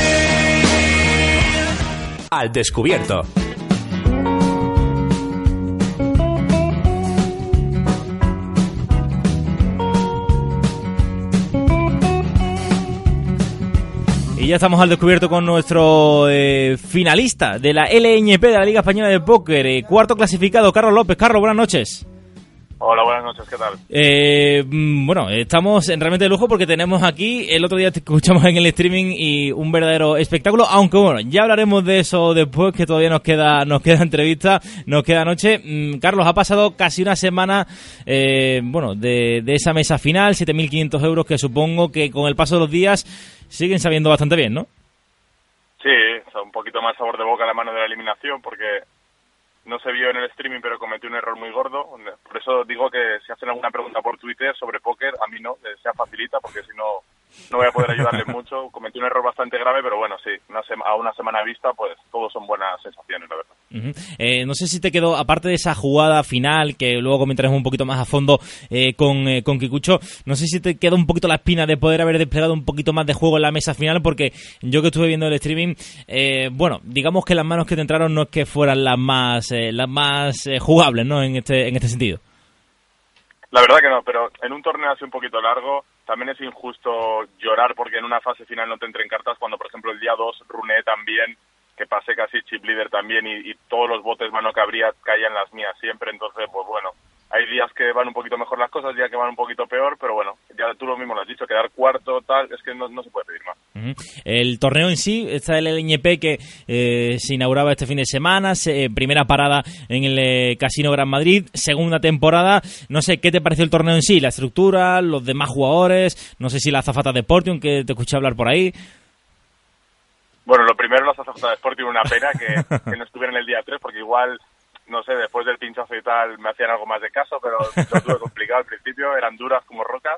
Al descubierto. Y ya estamos al descubierto con nuestro eh, finalista de la L Ñ P, de la Liga Española de Póker, eh, cuarto clasificado, Carlos López. Carlos, buenas noches. Hola, buenas noches, ¿qué tal? Eh, bueno, estamos en realmente de lujo porque tenemos aquí, el otro día te escuchamos en el streaming y un verdadero espectáculo, aunque bueno, ya hablaremos de eso después, que todavía nos queda nos queda entrevista, nos queda noche. Mm, Carlos, ha pasado casi una semana, eh, bueno, de, de esa mesa final, siete mil quinientos euros, que supongo que con el paso de los días siguen sabiendo bastante bien, ¿no? Sí, o sea, un poquito más sabor de boca a la mano de la eliminación, porque no se vio en el streaming, pero cometí un error muy gordo. Por eso digo que si hacen alguna pregunta por Twitter sobre póker, a mí no, sea facilita, porque si no, no voy a poder ayudarles mucho. Cometí un error bastante grave, pero bueno, sí, una sema, a una semana vista, pues todos son buenas sensaciones, la verdad. Uh-huh. Eh, no sé si te quedó, aparte de esa jugada final, que luego comentaremos un poquito más a fondo eh, con, eh, con Kikucho, no sé si te quedó un poquito la espina de poder haber desplegado un poquito más de juego en la mesa final, porque yo que estuve viendo el streaming, eh, bueno, digamos que las manos que te entraron no es que fueran las más eh, las más eh, jugables, ¿no? En este, en este sentido. La verdad que no, pero en un torneo así un poquito largo también es injusto llorar porque en una fase final no te entren cartas cuando, por ejemplo, el día dos runeé también, que pasé casi chip leader también y, y todos los botes mano que abría caían las mías siempre, entonces pues bueno, hay días que van un poquito mejor las cosas, días que van un poquito peor, pero bueno, ya tú lo mismo lo has dicho, quedar cuarto, tal, es que no, no se puede pedir más. Uh-huh. El torneo en sí, está el L Ñ P que eh, se inauguraba este fin de semana, se, eh, primera parada en el eh, Casino Gran Madrid, segunda temporada, no sé, ¿qué te pareció el torneo en sí? La estructura, los demás jugadores, no sé si la azafata de Sportium, que te escuché hablar por ahí. Bueno, lo primero, la azafata de Sportium, una pena que, que no estuviera en el día tres, porque igual, no sé, después del pinchazo y tal me hacían algo más de caso, pero lo tuve complicado al principio, eran duras como rocas,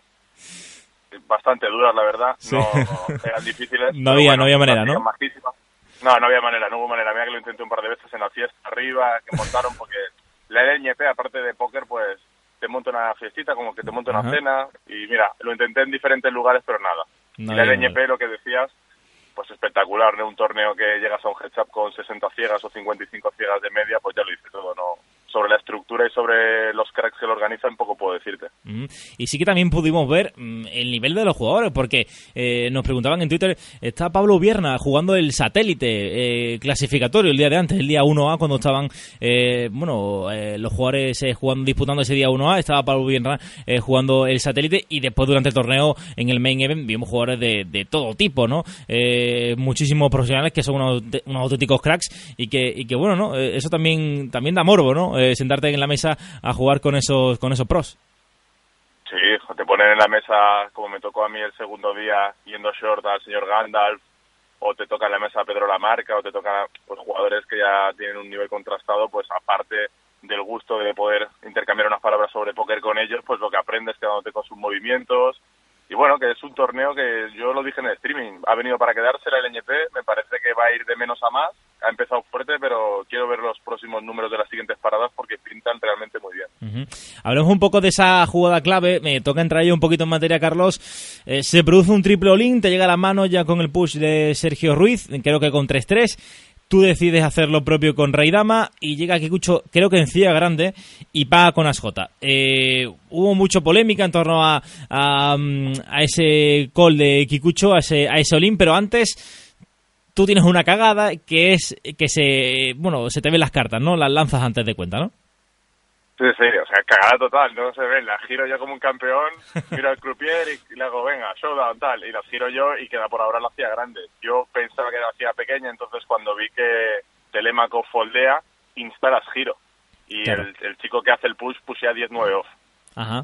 bastante duras la verdad, sí. no, no eran difíciles. No había, bueno, no había manera, ¿no? Majísimas. No, no había manera, no hubo manera. Mira que lo intenté un par de veces en la fiesta arriba, que montaron, porque la L Ñ P, aparte de póker, pues te monta una fiestita, como que te monta una Ajá. cena, y mira, lo intenté en diferentes lugares, pero nada. No y la L Ñ P, lo que decías, pues espectacular, ¿no? Un torneo que llegas a un heads up con sesenta ciegas o cincuenta y cinco ciegas de media, pues ya lo dice todo, ¿no? Sobre la estructura y sobre los cracks que lo organizan, poco puedo decirte. Mm. Y sí que también pudimos ver mm, el nivel de los jugadores, porque eh, nos preguntaban en Twitter, está Pablo Vierna jugando el satélite eh, clasificatorio el día de antes, el día uno A, cuando estaban eh, bueno eh, los jugadores eh, jugando, disputando ese día uno A, estaba Pablo Vierna eh, jugando el satélite, y después durante el torneo en el main event vimos jugadores de, de todo tipo, ¿no? Eh, muchísimos profesionales que son unos, unos auténticos cracks, y que, y que bueno, ¿no? Eh, eso también, también da morbo, ¿no? Eh, sentarte en la mesa a jugar con esos con esos pros. Sí, te ponen en la mesa, como me tocó a mí el segundo día, yendo short al señor Gandalf, o te toca en la mesa Pedro Lamarca, o te tocan pues, jugadores que ya tienen un nivel contrastado, pues aparte del gusto de poder intercambiar unas palabras sobre póker con ellos, pues lo que aprendes quedándote con sus movimientos. Y bueno, que es un torneo que yo lo dije en el streaming, ha venido para quedarse la L Ñ P, me parece que va a ir de menos a más, ha empezado fuerte, pero quiero ver los próximos números de las siguientes paradas porque pintan realmente muy bien. Uh-huh. Hablemos un poco de esa jugada clave, me toca entrar yo un poquito en materia, Carlos. Eh, se produce un triple all-in, te llega a la mano ya con el push de Sergio Ruiz, creo que con tres tres. Tú decides hacer lo propio con Rey Dama y llega Kikucho, creo que en Cía Grande, y paga con As J. Eh, hubo mucha polémica en torno a, a, a ese call de Kikucho, a ese, a ese all-in, pero antes tú tienes una cagada que es que se bueno se te ven las cartas, ¿no? Las lanzas antes de cuenta, ¿no? Sí, sí, o sea, cagada total, no se ven, las giro yo como un campeón, miro al croupier y le hago, venga, showdown, tal, y las giro yo y queda por ahora la hacía grande. Yo pensaba que la hacía pequeña, entonces cuando vi que Telemaco foldea, insta las giro. Y claro. el, el chico que hace el push, pushea diez nueve off. Ajá.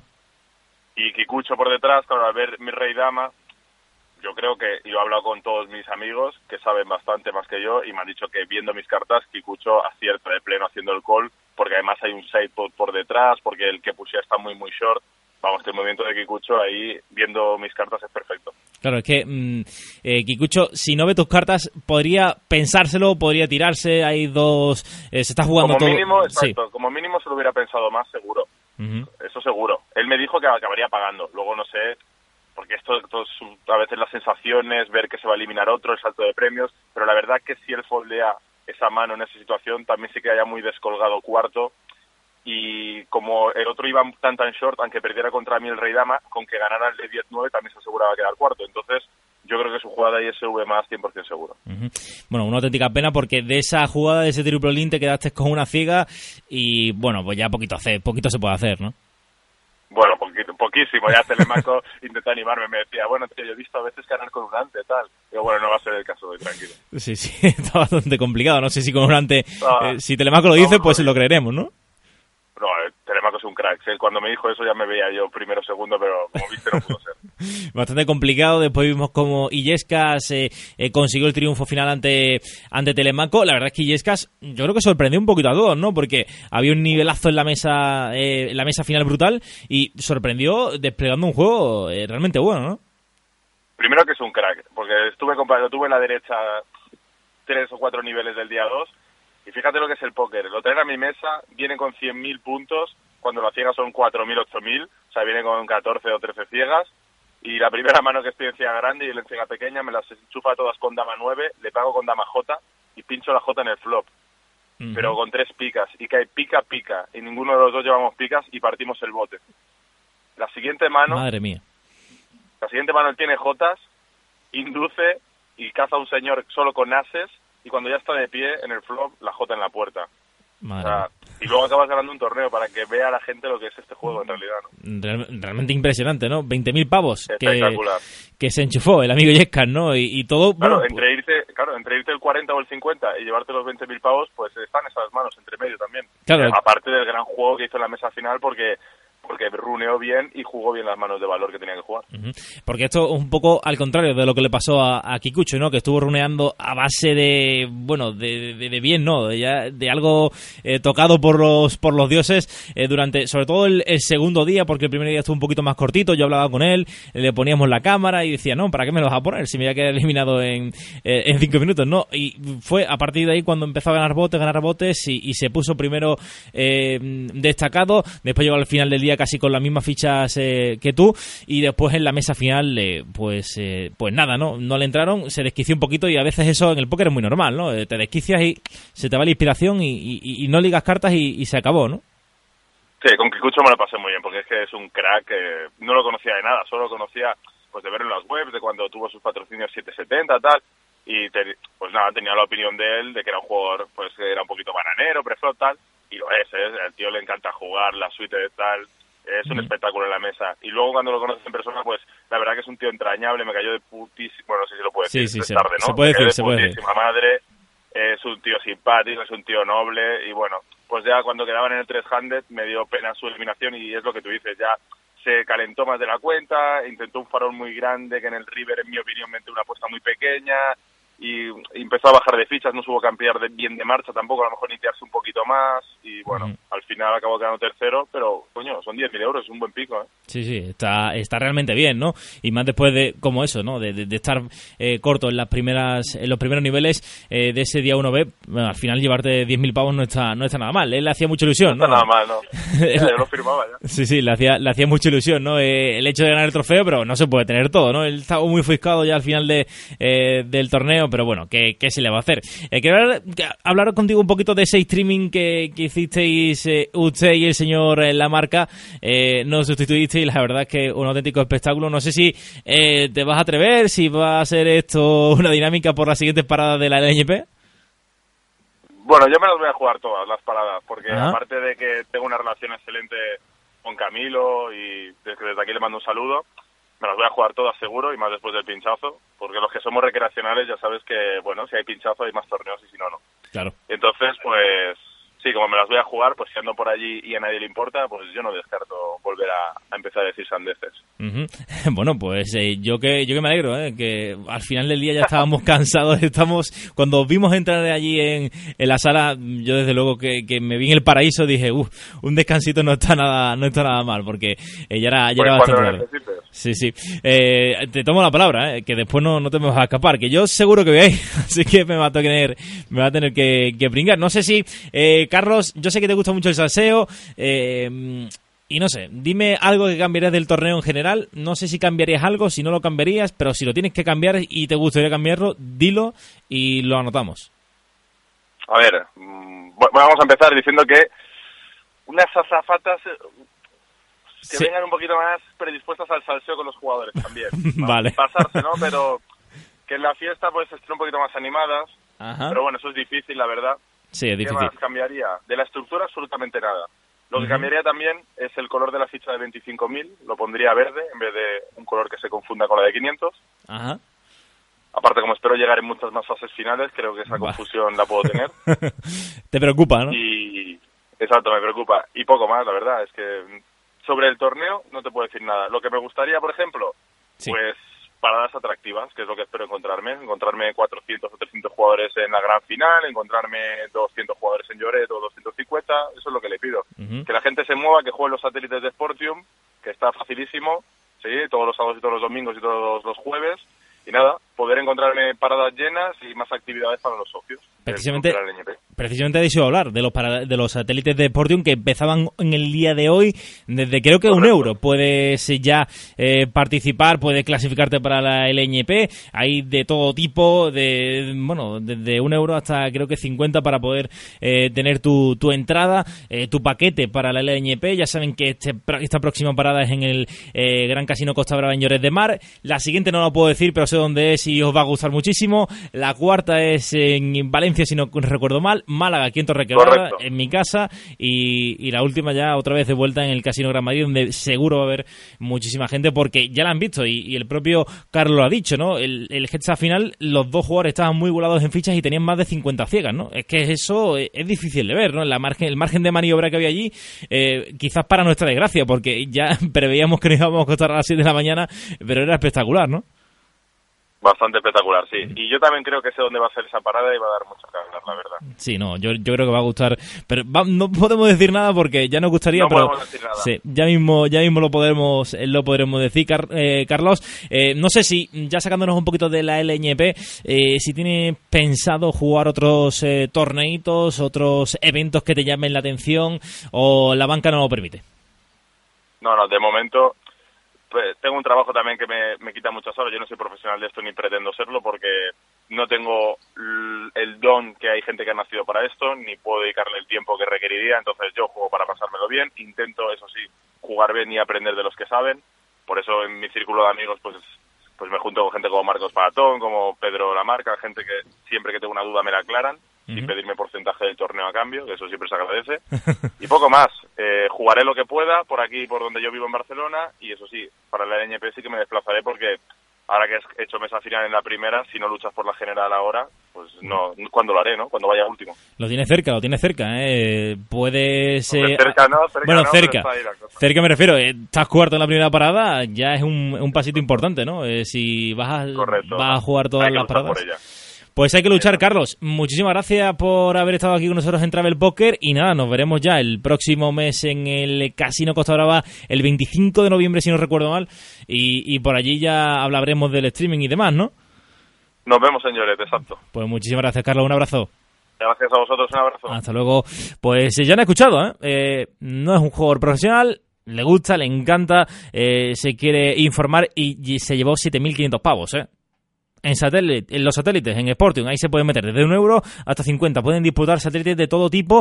Y Kikucho por detrás, claro, al ver mi Rey Dama, yo creo que yo he hablado con todos mis amigos que saben bastante más que yo y me han dicho que viendo mis cartas, Kikucho acierta de pleno haciendo el call, porque además hay un sidepot por detrás, porque el que pushea está muy muy short. Vamos, que el movimiento de Kikucho ahí, viendo mis cartas, es perfecto. Claro, es que mmm, eh, Kikucho, si no ve tus cartas, podría pensárselo, podría tirarse, hay dos... Eh, se está jugando como todo... Mínimo, exacto, sí. Como mínimo se lo hubiera pensado más, seguro. Uh-huh. Eso seguro. Él me dijo que acabaría pagando. Luego no sé, porque esto, esto es a veces las sensaciones, ver que se va a eliminar otro, el salto de premios, pero la verdad que si él foldea esa mano en esa situación, también sí que haya muy descolgado cuarto. Y como el otro iba tan tan short, aunque perdiera contra mí el rey dama, con que ganara el de diez nueve también se aseguraba quedar cuarto. Entonces yo creo que su jugada I S V más cien por ciento seguro. Uh-huh. Bueno, una auténtica pena porque de esa jugada, de ese triple link, te quedaste con una ciega y bueno, pues ya poquito hacer, poquito se puede hacer, ¿no? Bueno, poquito, poquísimo. Ya Telemaco intentó animarme, me decía, bueno, tío, yo he visto a veces ganar con un ante, tal. Digo, bueno, no va a ser el caso, de tranquilo. Sí, sí, está bastante complicado. No sé si con un ante, Ah, eh, si Telemaco lo dice, no, pues joder. lo creeremos, ¿no? No, Telemaco es un crack. ¿Sí? Cuando me dijo eso ya me veía yo primero segundo, pero como viste no pudo ser. Bastante complicado. Después vimos como Illescas eh, eh, consiguió el triunfo final ante ante Telemaco. La verdad es que Illescas yo creo que sorprendió un poquito a todos, ¿no? Porque había un nivelazo en la mesa eh, en la mesa final brutal y sorprendió desplegando un juego eh, realmente bueno, ¿no? Primero que es un crack, porque estuve comparando, tuve en la derecha tres o cuatro niveles del día dos. Y fíjate lo que es el póker. Lo traen a mi mesa, viene con cien mil puntos, cuando las ciegas son cuatro mil, ocho mil, o sea, viene con catorce o trece ciegas. Y la primera mano que estoy en ciega grande y él en ciega pequeña, me las enchufa todas con dama nueve, le pago con dama J y pincho la J en el flop. Uh-huh. Pero con tres picas. Y cae pica, pica. Y ninguno de los dos llevamos picas y partimos el bote. La siguiente mano... Madre mía. La siguiente mano él tiene Jotas, induce y caza a un señor solo con ases. Y cuando ya está de pie en el flop, la J en la puerta. Madre. O sea, y luego acabas ganando un torneo para que vea la gente lo que es este juego en realidad, ¿no? Real, realmente impresionante, ¿no? veinte mil pavos que, que se enchufó el amigo Illescas, ¿no? Y, y todo... Claro, bueno, entre irte, claro, entre irte el cuarenta o el cincuenta y llevarte los veinte mil pavos, pues están esas manos entre medio también. Claro. Eh, aparte del gran juego que hizo en la mesa final, porque... porque runeó bien y jugó bien las manos de valor que tenía que jugar. Uh-huh. Porque esto es un poco al contrario de lo que le pasó a, a Kikucho, ¿no? Que estuvo runeando a base de, bueno, de, de, de bien, ¿no? De, ya, de algo eh, tocado por los por los dioses eh, durante, sobre todo el, el segundo día, porque el primer día estuvo un poquito más cortito, yo hablaba con él, le poníamos la cámara y decía, no, ¿para qué me lo vas a poner si me voy a quedar eliminado en, eh, en cinco minutos, no? Y fue a partir de ahí cuando empezó a ganar botes, ganar botes y, y se puso primero eh, destacado, después llegó al final del día casi con las mismas fichas eh, que tú y después en la mesa final eh, pues eh, pues nada, ¿no? No le entraron, se desquició un poquito y a veces eso en el póker es muy normal, ¿no? Te desquicias y se te va la inspiración y, y, y no ligas cartas y, y se acabó, ¿no? Sí, con Kikucho me lo pasé muy bien porque es que es un crack, eh, no lo conocía de nada, solo lo conocía pues de verlo en las webs, de cuando tuvo sus patrocinios siete setenta tal y te, pues nada, tenía la opinión de él de que era un jugador pues que era un poquito bananero, preflop tal y lo es, ¿eh? El tío le encanta jugar, la suite de tal. Es un espectáculo en la mesa. Y luego cuando lo conoces en persona, pues la verdad que es un tío entrañable, me cayó de putísima... Bueno, no sé si lo puedo decir, sí, sí, es tarde, ¿no? Se puede decir, de se puede putísima madre, es un tío simpático, es un tío noble, y bueno, pues ya cuando quedaban en el trescientos me dio pena su eliminación y es lo que tú dices, ya se calentó más de la cuenta, intentó un farol muy grande que en el River, en mi opinión, metió una apuesta muy pequeña, y empezó a bajar de fichas, no supo cambiar de, bien de marcha tampoco, a lo mejor iniciarse un poquito más y bueno, uh-huh. Al final acabó quedando tercero, pero coño, son diez mil euros, es un buen pico, ¿eh? Sí, sí, está está realmente bien, ¿no? Y más después de, como eso, ¿no? De, de, de estar eh, corto en las primeras en los primeros niveles eh, de ese día uno B, bueno, al final llevarte diez mil pavos no está no está nada mal, él le hacía mucha ilusión, ¿no? No está nada mal, ¿no? Ya, yo lo firmaba ya. Sí, sí, le hacía, le hacía mucha ilusión, ¿no? Eh, el hecho de ganar el trofeo, pero no se puede tener todo, ¿no? Él estaba muy ofuscado ya al final de eh, del torneo, pero bueno, ¿qué, qué se le va a hacer? Eh, quiero hablar, hablar contigo un poquito de ese streaming que, que hicisteis eh, usted y el señor eh, Lamarca, eh, nos sustituiste y la verdad es que un auténtico espectáculo. No sé si eh, te vas a atrever, si va a ser esto una dinámica por las siguientes paradas de la L N P. Bueno, yo me las voy a jugar todas las paradas, porque Ajá. Aparte de que tengo una relación excelente con Camilo y desde, desde aquí le mando un saludo, me las voy a jugar todas seguro y más después del pinchazo, porque los que somos recreacionales ya sabes que, bueno, si hay pinchazo hay más torneos y si no, no. Claro. Entonces, pues, sí, como me las voy a jugar, pues si ando por allí y a nadie le importa, pues yo no descarto volver a, a empezar a decir sandeces. Uh-huh. Bueno, pues eh, yo que yo que me alegro, ¿eh? Que al final del día ya estábamos cansados, estamos cuando vimos entrar allí en, en la sala, yo desde luego que, que me vi en el paraíso, dije, uff, un descansito no está nada no está nada mal, porque eh, ya era, ya pues era bastante tarde. Sí, sí. Eh, te tomo la palabra, eh, que después no, no te me vas a escapar, que yo seguro que voy a ir, así que me va a tener, me va a tener que, que pringar. No sé si, eh, Carlos, yo sé que te gusta mucho el salseo, eh, y no sé, dime algo que cambiarías del torneo en general. No sé si cambiarías algo, si no lo cambiarías, pero si lo tienes que cambiar y te gustaría cambiarlo, dilo y lo anotamos. A ver, bueno, vamos a empezar diciendo que unas azafatas que sí. vengan un poquito más predispuestas al salseo con los jugadores también. ¿no? Vale. Pasarse, ¿no? Pero que en la fiesta pues estén un poquito más animadas. Ajá. Pero bueno, eso es difícil, la verdad. Sí, es difícil. ¿Qué más cambiaría? De la estructura absolutamente nada. Lo que uh-huh. cambiaría también es el color de la ficha de veinticinco mil. Lo pondría verde en vez de un color que se confunda con la de quinientos. Ajá. Aparte, como espero llegar en muchas más fases finales, creo que esa Va. confusión la puedo tener. Te preocupa, ¿no? Y exacto, me preocupa. Y poco más, la verdad. Es que sobre el torneo no te puedo decir nada. Lo que me gustaría, por ejemplo, sí. pues paradas atractivas, que es lo que espero encontrarme. Encontrarme cuatrocientos o trescientos jugadores en la gran final, encontrarme doscientos jugadores en Lloret o doscientos cincuenta. Eso es lo que le pido. Uh-huh. Que la gente se mueva, que juegue los satélites de Sportium, que está facilísimo, sí, todos los sábados y todos los domingos y todos los jueves. Y nada, poder encontrarme paradas llenas y más actividades para los socios. Precisamente, precisamente de eso iba a hablar, de los para, de los satélites de Sportium que empezaban en el día de hoy, desde creo que Correcto. un euro. Puedes ya eh, participar, puedes clasificarte para la L Ñ P. Hay de todo tipo, de bueno, desde un euro hasta creo que cincuenta para poder eh, tener tu, tu entrada, eh, tu paquete para la L Ñ P. Ya saben que este, esta próxima parada es en el eh, Gran Casino Costa Brava en Lloret de Mar. La siguiente no la puedo decir, pero sé dónde es y os va a gustar muchísimo. La cuarta es en Valencia, si no recuerdo mal, Málaga, aquí en Torrequebrada, en mi casa, y, y la última ya otra vez de vuelta en el Casino Gran Madrid, donde seguro va a haber muchísima gente, porque ya la han visto, y, y el propio Carlos lo ha dicho, ¿no? El, el Getza final, los dos jugadores estaban muy volados en fichas y tenían más de cincuenta ciegas, ¿no? Es que eso es, es difícil de ver, ¿no? La margen, el margen de maniobra que había allí, eh, quizás para nuestra desgracia, porque ya preveíamos que nos íbamos a acostar a las siete de la mañana, pero era espectacular, ¿no? Bastante espectacular, sí. Y yo también creo que sé dónde va a ser esa parada y va a dar mucho que hablar, la verdad. Sí, no, yo, yo creo que va a gustar. Pero va, no podemos decir nada porque ya nos gustaría, no pero podemos decir nada. Sí, ya mismo, ya mismo lo podremos, lo podremos decir, Car, eh, Carlos. Eh, no sé si, ya sacándonos un poquito de la L Ñ P, eh, si tienes pensado jugar otros eh, torneitos, otros eventos que te llamen la atención, o la banca no lo permite. No, no, de momento... Pues tengo un trabajo también que me, me quita muchas horas. Yo no soy profesional de esto ni pretendo serlo porque no tengo el don que hay gente que ha nacido para esto, ni puedo dedicarle el tiempo que requeriría. Entonces yo juego para pasármelo bien, intento, eso sí, jugar bien y aprender de los que saben. Por eso en mi círculo de amigos pues pues me junto con gente como Marcos Paratón, como Pedro Lamarca, gente que siempre que tengo una duda me la aclaran, uh-huh. sin pedirme porcentaje del torneo a cambio, que eso siempre se agradece. Y poco más, eh, jugaré lo que pueda por aquí, por donde yo vivo en Barcelona, y eso sí, para la L Ñ P sí que me desplazaré porque ahora que he hecho mesa final en la primera, si no luchas por la general ahora, pues no, ¿cuándo lo haré, no? Cuando vaya último. Lo tiene cerca, lo tiene cerca, ¿eh? Puedes... Eh... Cerca no, cerca bueno, no, cerca, cerca me refiero, eh, estás cuarto en la primera parada, ya es un, un pasito importante, ¿no? Eh, si vas a, vas a jugar todas las paradas... Pues hay que luchar, Carlos. Muchísimas gracias por haber estado aquí con nosotros en Travel Poker. Y nada, nos veremos ya el próximo mes en el Casino Costa Brava, el veinticinco de noviembre, si no recuerdo mal. Y, y por allí ya hablaremos del streaming y demás, ¿no? Nos vemos en Lloret, exacto. Pues muchísimas gracias, Carlos. Un abrazo. Gracias a vosotros, un abrazo. Hasta luego. Pues ya han escuchado, ¿eh? eh no es un jugador profesional. Le gusta, le encanta, eh, se quiere informar y, y se llevó siete mil quinientos pavos, ¿eh? En, satélite, en los satélites, en Sportium, ahí se pueden meter desde un euro hasta cincuenta. Pueden disputar satélites de todo tipo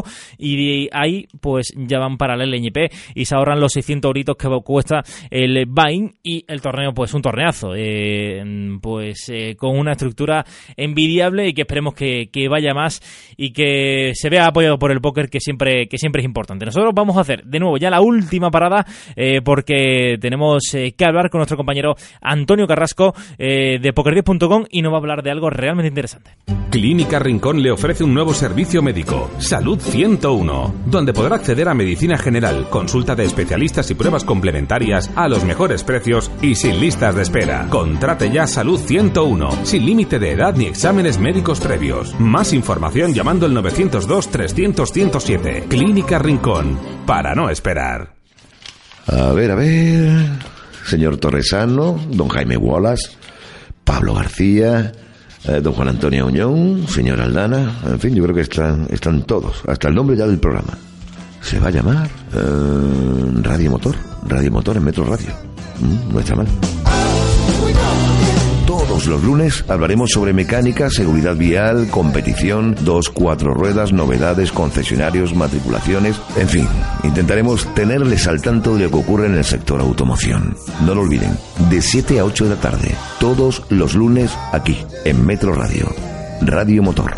y ahí pues ya van para la L Ñ P y se ahorran los seiscientos euritos que cuesta el buy-in y el torneo, pues un torneazo, eh, pues eh, con una estructura envidiable y que esperemos que, que vaya más y que se vea apoyado por el póker, que siempre, que siempre es importante. Nosotros vamos a hacer de nuevo ya la última parada eh, porque tenemos eh, que hablar con nuestro compañero Antonio Carrasco eh, de poker diez punto com y nos va a hablar de algo realmente interesante. Clínica Rincón le ofrece un nuevo servicio médico, Salud ciento uno, donde podrá acceder a medicina general, consulta de especialistas y pruebas complementarias a los mejores precios y sin listas de espera. Contrate ya Salud ciento uno, sin límite de edad ni exámenes médicos previos. Más información llamando al nueve cero dos, trescientos, ciento siete. Clínica Rincón, para no esperar. A ver, a ver... señor Torresano, don Jaime Wallace, Pablo García, eh, don Juan Antonio Uñón, señor Aldana, en fin, yo creo que están, están todos, hasta el nombre ya del programa. Se va a llamar eh, Radio Motor, Radio Motor en Metro Radio. Mm, no está mal. Todos los lunes hablaremos sobre mecánica, seguridad vial, competición, dos, cuatro ruedas, novedades, concesionarios, matriculaciones, en fin, intentaremos tenerles al tanto de lo que ocurre en el sector automoción. No lo olviden, de siete a ocho de la tarde, todos los lunes aquí, en Metro Radio, Radio Motor.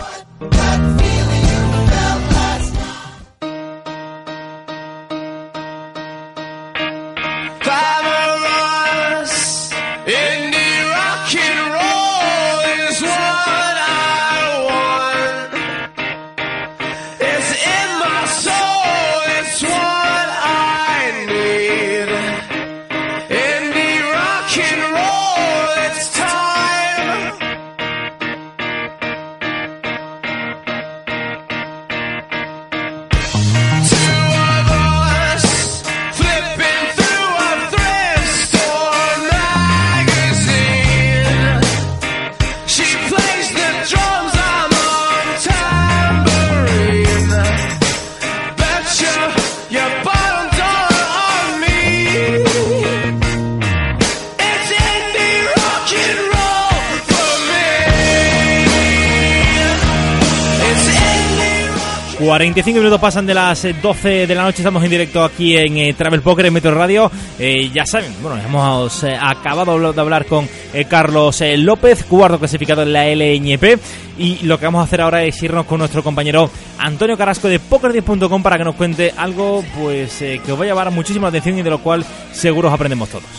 cuarenta y cinco minutos pasan de las doce de la noche, estamos en directo aquí en eh, Travel Poker en Metro Radio. Eh, ya saben, bueno, hemos eh, acabado de hablar con eh, Carlos eh, López, cuarto clasificado en la L Ñ P, y lo que vamos a hacer ahora es irnos con nuestro compañero Antonio Carrasco de Poker diez punto com para que nos cuente algo pues eh, que os va a llamar muchísima la atención y de lo cual seguro os aprendemos todos.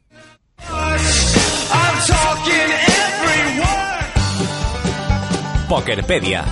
Pokerpedia.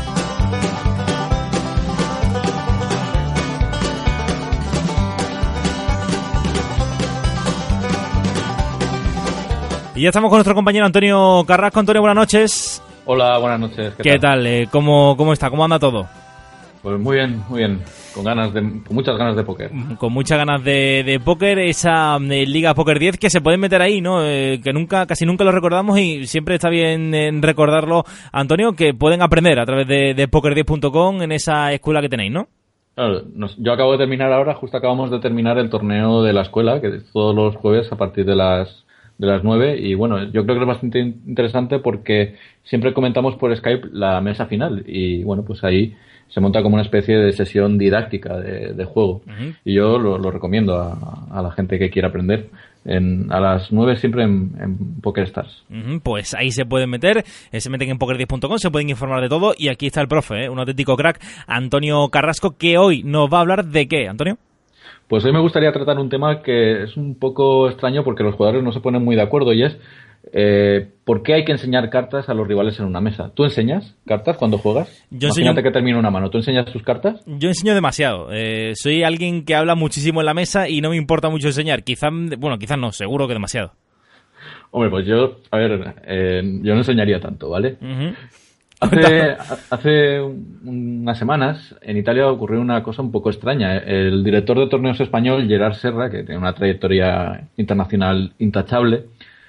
Y ya estamos con nuestro compañero Antonio Carrasco. Antonio, buenas noches. Hola, buenas noches. ¿Qué, ¿Qué tal? tal? Eh, ¿Cómo, ¿Cómo está? ¿Cómo anda todo? Pues muy bien, muy bien. Con ganas de, con muchas ganas de póker. Con muchas ganas de, de póker, esa eh, Liga Póker diez que se pueden meter ahí, ¿no? Eh, que nunca, casi nunca lo recordamos y siempre está bien eh, recordarlo, Antonio, que pueden aprender a través de, de Poker diez punto com en esa escuela que tenéis, ¿no? Claro, nos, yo acabo de terminar ahora, justo acabamos de terminar el torneo de la escuela, que es todos los jueves a partir de las de las nueve, y bueno, yo creo que es bastante interesante porque siempre comentamos por Skype la mesa final y bueno, pues ahí se monta como una especie de sesión didáctica de, de juego. Uh-huh. Y yo lo, lo recomiendo a, a la gente que quiera aprender. En, a las nueve siempre en, en PokerStars. Uh-huh, pues ahí se pueden meter, eh, se meten en Poker diez punto com, se pueden informar de todo y aquí está el profe, eh, un auténtico crack, Antonio Carrasco, que hoy nos va a hablar de ¿qué, Antonio? Pues hoy me gustaría tratar un tema que es un poco extraño porque los jugadores no se ponen muy de acuerdo y es eh, ¿por qué hay que enseñar cartas a los rivales en una mesa? ¿Tú enseñas cartas cuando juegas? Yo Imagínate enseño... que termina una mano. ¿Tú enseñas tus cartas? Yo enseño demasiado. Eh, soy alguien que habla muchísimo en la mesa y no me importa mucho enseñar. Quizás, bueno, quizás no, seguro que demasiado. Hombre, pues yo, a ver, eh, yo no enseñaría tanto, ¿vale? Uh-huh. Hace, hace unas semanas en Italia ocurrió una cosa un poco extraña. El director de torneos español, Gerard Serra, que tiene una trayectoria internacional intachable,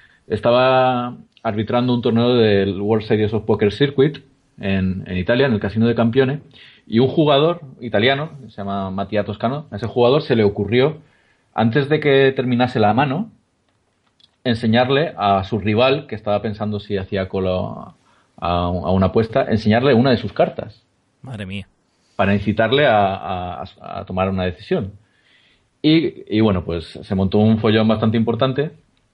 estaba arbitrando un torneo del World Series of Poker Circuit en, en Italia, en el Casino de Campione, y un jugador italiano, que se llama Mattia Toscano, a ese jugador se le ocurrió, antes de que terminase la mano, enseñarle a su rival, que estaba pensando si hacía cola a una apuesta, enseñarle una de sus cartas. Madre mía. Para incitarle a, a, a tomar una decisión. Y, y bueno, pues se montó un follón bastante importante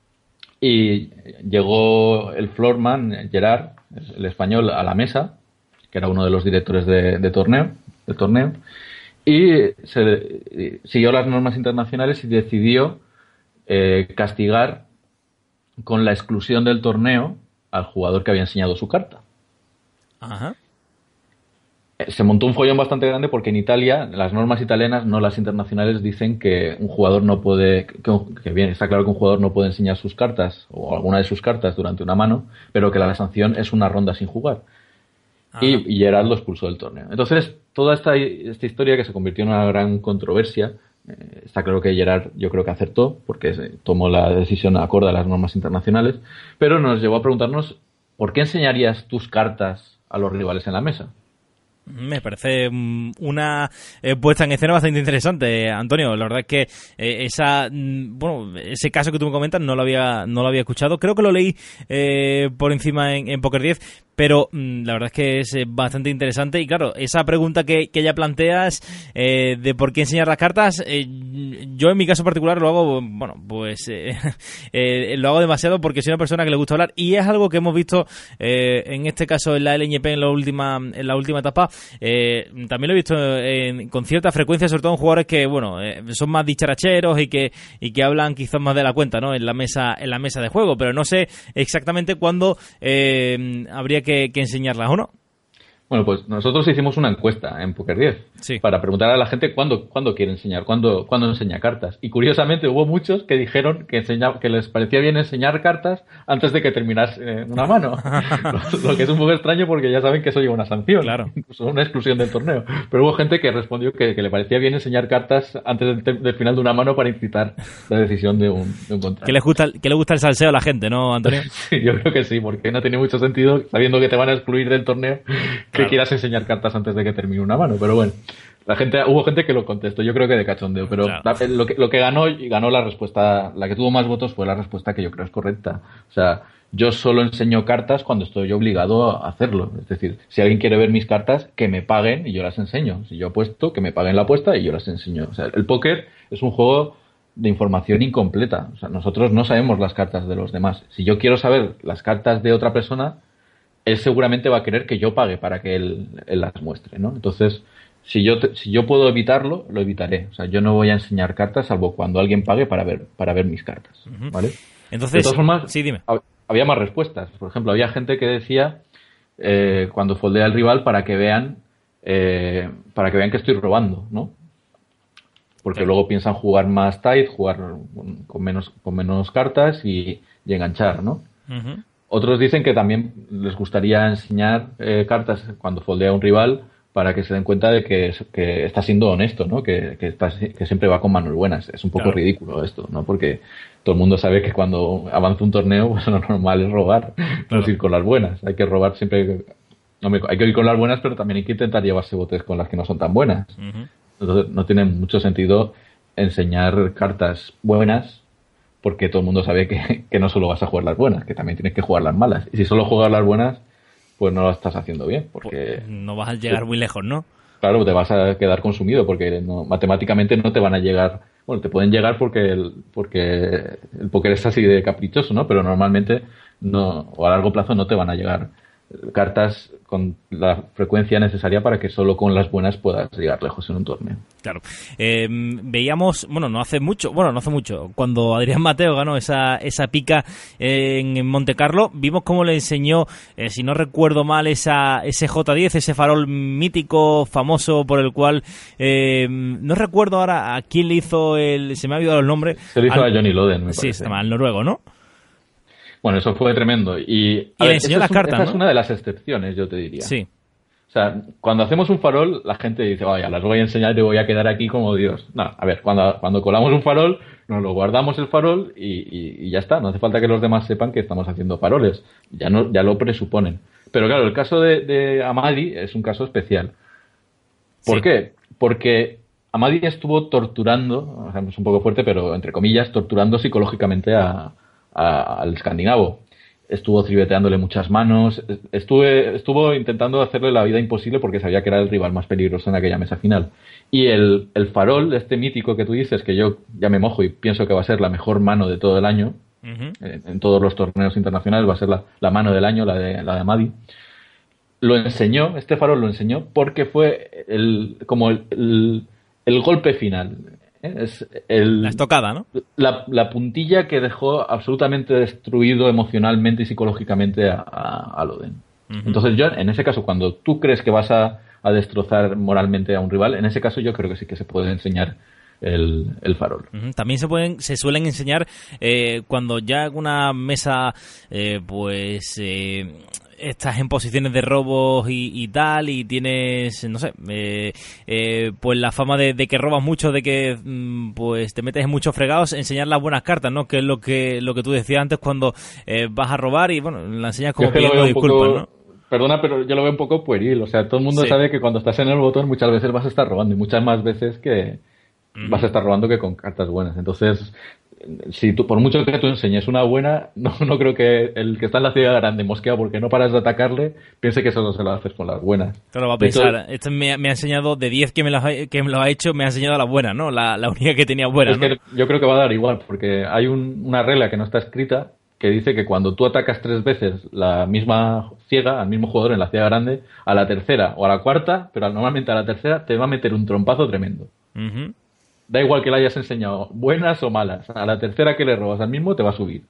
y llegó el floorman, Gerard, el español, a la mesa, que era uno de los directores de, de torneo, de torneo, y se, siguió las normas internacionales y decidió eh, castigar con la exclusión del torneo al jugador que había enseñado su carta. Ajá. Se montó un follón bastante grande porque en Italia, las normas italianas, no las internacionales, dicen que un jugador no puede, que, que bien, está claro que un jugador no puede enseñar sus cartas o alguna de sus cartas durante una mano, pero que la sanción es una ronda sin jugar. Y, y Gerard lo expulsó del torneo. Entonces, toda esta, esta historia que se convirtió en una gran controversia Eh, está claro que Gerard yo creo que acertó, porque tomó la decisión acorde a las normas internacionales, pero nos llevó a preguntarnos ¿por qué enseñarías tus cartas a los rivales en la mesa? Me parece una eh, puesta en escena bastante interesante, Antonio. La verdad es que eh, esa, bueno, ese caso que tú me comentas no lo había, no lo había escuchado. Creo que lo leí eh, por encima en, en Poker diez, pero mmm, la verdad es que es bastante interesante. Y claro, esa pregunta que, que ya planteas eh, de por qué enseñar las cartas, eh, yo en mi caso particular lo hago, bueno, pues eh, eh, lo hago demasiado porque soy una persona que le gusta hablar, y es algo que hemos visto eh, en este caso en la L Ñ P en la última, en la última etapa. Eh, también lo he visto en, con cierta frecuencia, sobre todo en jugadores que, bueno, eh, son más dicharacheros y que y que hablan quizás más de la cuenta, ¿no? En la mesa, en la mesa de juego, pero no sé exactamente cuándo eh, habría que, que enseñarlas o no. Bueno, pues nosotros hicimos una encuesta en Poker diez sí. para preguntar a la gente cuándo, cuándo quiere enseñar, cuándo, cuándo enseña cartas. Y curiosamente hubo muchos que dijeron que, enseña, que les parecía bien enseñar cartas antes de que terminase una mano. lo, lo que es un poco extraño porque ya saben que eso lleva una sanción, claro. Incluso una exclusión del torneo. Pero hubo gente que respondió que, que le parecía bien enseñar cartas antes del, del final de una mano para incitar la decisión de un, de un contrario. Que les gusta, que le gusta el salseo a la gente, ¿no, Antonio? Sí, yo creo que sí, porque no tiene mucho sentido, sabiendo que te van a excluir del torneo, que quieras enseñar cartas antes de que termine una mano, pero bueno, la gente, hubo gente que lo contestó, yo creo que de cachondeo, pero claro. la, lo, que, lo que ganó, y ganó la respuesta, la que tuvo más votos fue la respuesta que yo creo es correcta. O sea, yo solo enseño cartas cuando estoy obligado a hacerlo, es decir, si alguien quiere ver mis cartas, que me paguen y yo las enseño. Si yo apuesto, que me paguen la apuesta y yo las enseño. O sea, el póker es un juego de información incompleta, o sea, nosotros no sabemos las cartas de los demás. Si yo quiero saber las cartas de otra persona, él seguramente va a querer que yo pague para que él, él las muestre, ¿no? Entonces, si yo te, si yo puedo evitarlo, lo evitaré. O sea, yo no voy a enseñar cartas salvo cuando alguien pague para ver para ver mis cartas, ¿vale? Entonces, de todas formas, sí, dime. Había más respuestas. Por ejemplo, había gente que decía eh, cuando foldea al rival para que vean eh, para que vean que estoy robando, ¿no? Porque sí. Luego piensan jugar más tight, jugar con menos con menos cartas y, y enganchar, ¿no? Uh-huh. Otros dicen que también les gustaría enseñar eh, cartas cuando foldea un rival para que se den cuenta de que, que está siendo honesto, ¿no? Que, que, está, que siempre va con manos buenas. Es un poco claro. ridículo esto, ¿no? Porque todo el mundo sabe que cuando avanza un torneo, pues lo normal es robar, claro. no es ir con las buenas. Hay que robar siempre... No, hay que ir con las buenas, pero también hay que intentar llevarse botes con las que no son tan buenas. Uh-huh. Entonces no tiene mucho sentido enseñar cartas buenas porque todo el mundo sabe que, que no solo vas a jugar las buenas, que también tienes que jugar las malas. Y si solo juegas las buenas, pues no lo estás haciendo bien, porque... Pues no vas a llegar muy lejos, ¿no? Claro, te vas a quedar consumido, porque no, matemáticamente no te van a llegar... Bueno, te pueden llegar porque el, porque el póker es así de caprichoso, ¿no? Pero normalmente, no, o a largo plazo, no te van a llegar cartas con la frecuencia necesaria para que solo con las buenas puedas llegar lejos en un torneo. Claro. Eh, veíamos, bueno, no hace mucho, bueno, no hace mucho, cuando Adrián Mateo ganó esa esa pica en Monte Carlo, vimos cómo le enseñó, eh, si no recuerdo mal, esa ese J diez, ese farol mítico, famoso, por el cual, eh, no recuerdo ahora a quién le hizo el, se me ha olvidado el nombre. Se lo hizo al, a Johnny Loden, me sí, parece. Sí, al noruego, ¿no? Bueno, eso fue tremendo. Y, y a le ver, enseñó las es un, cartas, esa ¿no? es una de las excepciones, yo te diría. Sí. O sea, cuando hacemos un farol, la gente dice, vaya, las voy a enseñar y voy a quedar aquí como Dios. No, a ver, cuando, cuando colamos un farol, nos lo guardamos el farol y, y, y ya está. No hace falta que los demás sepan que estamos haciendo faroles. Ya no, ya lo presuponen. Pero claro, el caso de, de Amadi es un caso especial. ¿Por sí. qué? Porque Amadi estuvo torturando, o sea, es un poco fuerte, pero entre comillas, torturando psicológicamente a, a, al escandinavo. Estuvo triveteándole muchas manos, estuve, estuvo intentando hacerle la vida imposible porque sabía que era el rival más peligroso en aquella mesa final. Y el, el farol, este mítico que tú dices, que yo ya me mojo y pienso que va a ser la mejor mano de todo el año, uh-huh. en, en todos los torneos internacionales va a ser la, la mano del año, la de, la de Amadi, lo enseñó, este farol lo enseñó porque fue el, como el, el, el golpe final. Es el, la estocada, ¿no? La, la puntilla que dejó absolutamente destruido emocionalmente y psicológicamente a, a, a Loden. Uh-huh. Entonces yo, en ese caso, cuando tú crees que vas a, a destrozar moralmente a un rival, en ese caso yo creo que sí que se puede enseñar el, el farol. Uh-huh. También se pueden, se suelen enseñar eh, cuando ya una mesa, eh, pues... Eh, estás en posiciones de robos y, y tal, y tienes, no sé, eh, eh, pues la fama de, de que robas mucho, de que mm, pues te metes en muchos fregados, enseñar las buenas cartas, ¿no? Que es lo que lo que tú decías antes cuando eh, vas a robar y, bueno, la enseñas como pidiendo disculpas, poco... ¿no? Perdona, pero yo lo veo un poco pueril. O sea, todo el mundo sí. sabe que cuando estás en el botón muchas veces vas a estar robando y muchas más veces que mm. vas a estar robando que con cartas buenas. Entonces, si tú, por mucho que tú enseñes una buena, no, no creo que el que está en la ciudad grande mosquea porque no paras de atacarle, piense que solo se lo haces con las buenas. Claro, va a pensar, hecho, esto me, me ha enseñado, de diez que me, lo ha, que me lo ha hecho, me ha enseñado la buena, ¿no? La, la única que tenía buena, es ¿no? que yo creo que va a dar igual, porque hay un, una regla que no está escrita que dice que cuando tú atacas tres veces la misma ciega, al mismo jugador en la ciega grande, a la tercera o a la cuarta, pero normalmente a la tercera te va a meter un trompazo tremendo. Uh-huh. Da igual que le hayas enseñado buenas o malas, a la tercera que le robas al mismo te va a subir.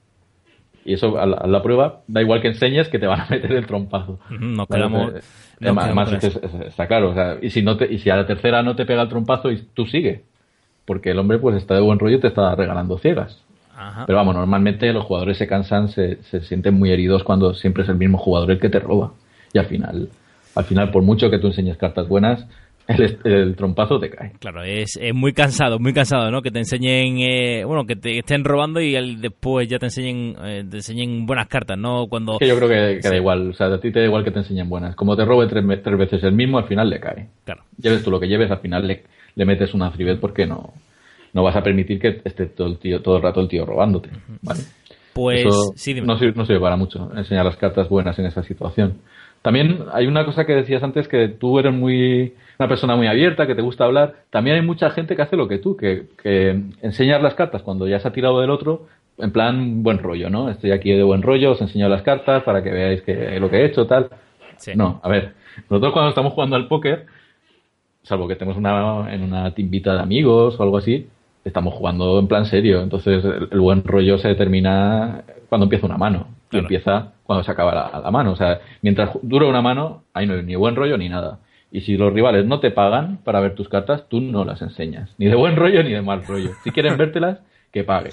Y eso, a la, a la prueba, da igual que enseñes que te van a meter el trompazo. Uh-huh. Nos quedamos... Vale, nos además, quedamos es, es, está claro, o sea, y si, no te, y si a la tercera no te pega el trompazo, y tú sigue. Porque el hombre pues está de buen rollo y te está regalando ciegas. Ajá. Pero vamos, normalmente los jugadores se cansan, se, se sienten muy heridos cuando siempre es el mismo jugador el que te roba. Y al final, al final por mucho que tú enseñes cartas buenas, el, el trompazo te cae. Claro, es, es muy cansado, muy cansado, ¿no? Que te enseñen, eh, bueno, que te estén robando y el, después ya te enseñen eh, te enseñen buenas cartas, ¿no? Cuando... Es que yo creo que, que sí. da igual, o sea, a ti te da igual que te enseñen buenas. Como te robe tres, tres veces el mismo, al final le cae. Claro. Lleves tú lo que lleves, al final le, le metes una free bet porque no... No vas a permitir que esté todo el tío todo el rato el tío robándote, ¿vale? Pues Eso sí, dime. no, sirve, no sirve para mucho enseñar las cartas buenas en esa situación. También hay una cosa que decías antes, que tú eres muy una persona muy abierta, que te gusta hablar. También hay mucha gente que hace lo que tú, que, que enseñas las cartas cuando ya se ha tirado del otro, en plan buen rollo, ¿no? Estoy aquí de buen rollo, os enseño las cartas para que veáis que lo que he hecho, tal. Sí. No, a ver, nosotros cuando estamos jugando al póker, salvo que estemos una, en una timbita de amigos o algo así, estamos jugando en plan serio, entonces el, el buen rollo se determina cuando empieza una mano, y claro. empieza cuando se acaba la, la mano, o sea, mientras dura una mano, ahí no hay ni buen rollo ni nada, y si los rivales no te pagan para ver tus cartas, tú no las enseñas, ni de buen rollo ni de mal rollo, si quieren vértelas, que paguen.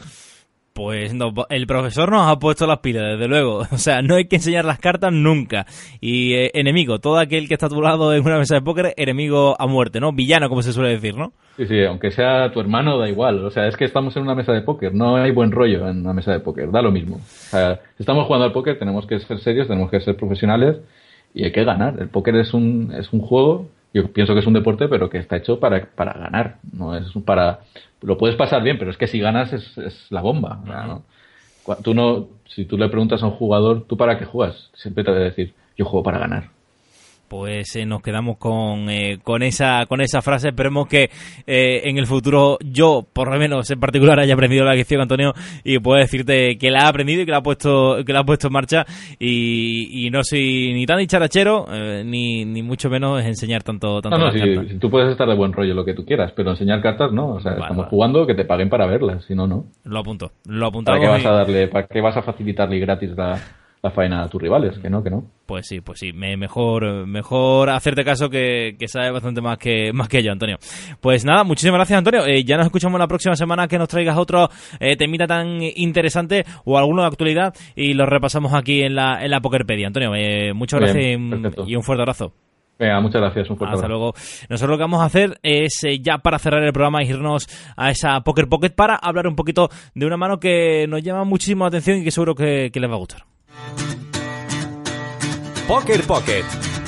Pues no, el profesor nos ha puesto las pilas, desde luego. O sea, no hay que enseñar las cartas nunca. Y eh, enemigo, todo aquel que está a tu lado en una mesa de póker, enemigo a muerte, ¿no? Villano, como se suele decir, ¿no? Sí, sí, aunque sea tu hermano, da igual. O sea, es que estamos en una mesa de póker, no hay buen rollo en una mesa de póker, da lo mismo. O sea, si estamos jugando al póker, tenemos que ser serios, tenemos que ser profesionales y hay que ganar. El póker es un, es un juego, yo pienso que es un deporte, pero que está hecho para, para ganar, no es para... Lo puedes pasar bien, pero es que si ganas es, es la bomba. ¿No? Tú no, si tú le preguntas a un jugador, ¿tú para qué juegas? Siempre te va a decir, yo juego para ganar. Pues eh, nos quedamos con eh, con esa con esa frase. Esperemos que eh, en el futuro yo, por lo menos en particular, haya aprendido la lección, Antonio, y puedo decirte que la ha aprendido y que la ha puesto que la ha puesto en marcha. Y, y no soy ni tan dicharachero, eh, ni, ni mucho menos es enseñar tanto, tanto no, no, si, si tú puedes estar de buen rollo lo que tú quieras, pero enseñar cartas no. O sea, vale, estamos vale. jugando, que te paguen para verlas, si no, no. Lo apunto, lo apuntamos. ¿Para qué vas y... a darle, para qué vas a facilitarle gratis la... la faena a tus rivales, que no, que no. Pues sí, pues sí, me, mejor mejor hacerte caso que, que sabes bastante más que más que yo, Antonio. Pues nada, muchísimas gracias, Antonio. Eh, ya nos escuchamos la próxima semana, que nos traigas otro eh, temita tan interesante o alguno de actualidad y lo repasamos aquí en la en la Pokerpedia. Antonio, eh, muchas gracias Bien, y, y un fuerte abrazo. Venga, muchas gracias, un fuerte Hasta abrazo. luego. Nosotros lo que vamos a hacer es, eh, ya para cerrar el programa, irnos a esa Poker Pocket para hablar un poquito de una mano que nos llama muchísimo la atención y que seguro que, que les va a gustar. Poker Pocket.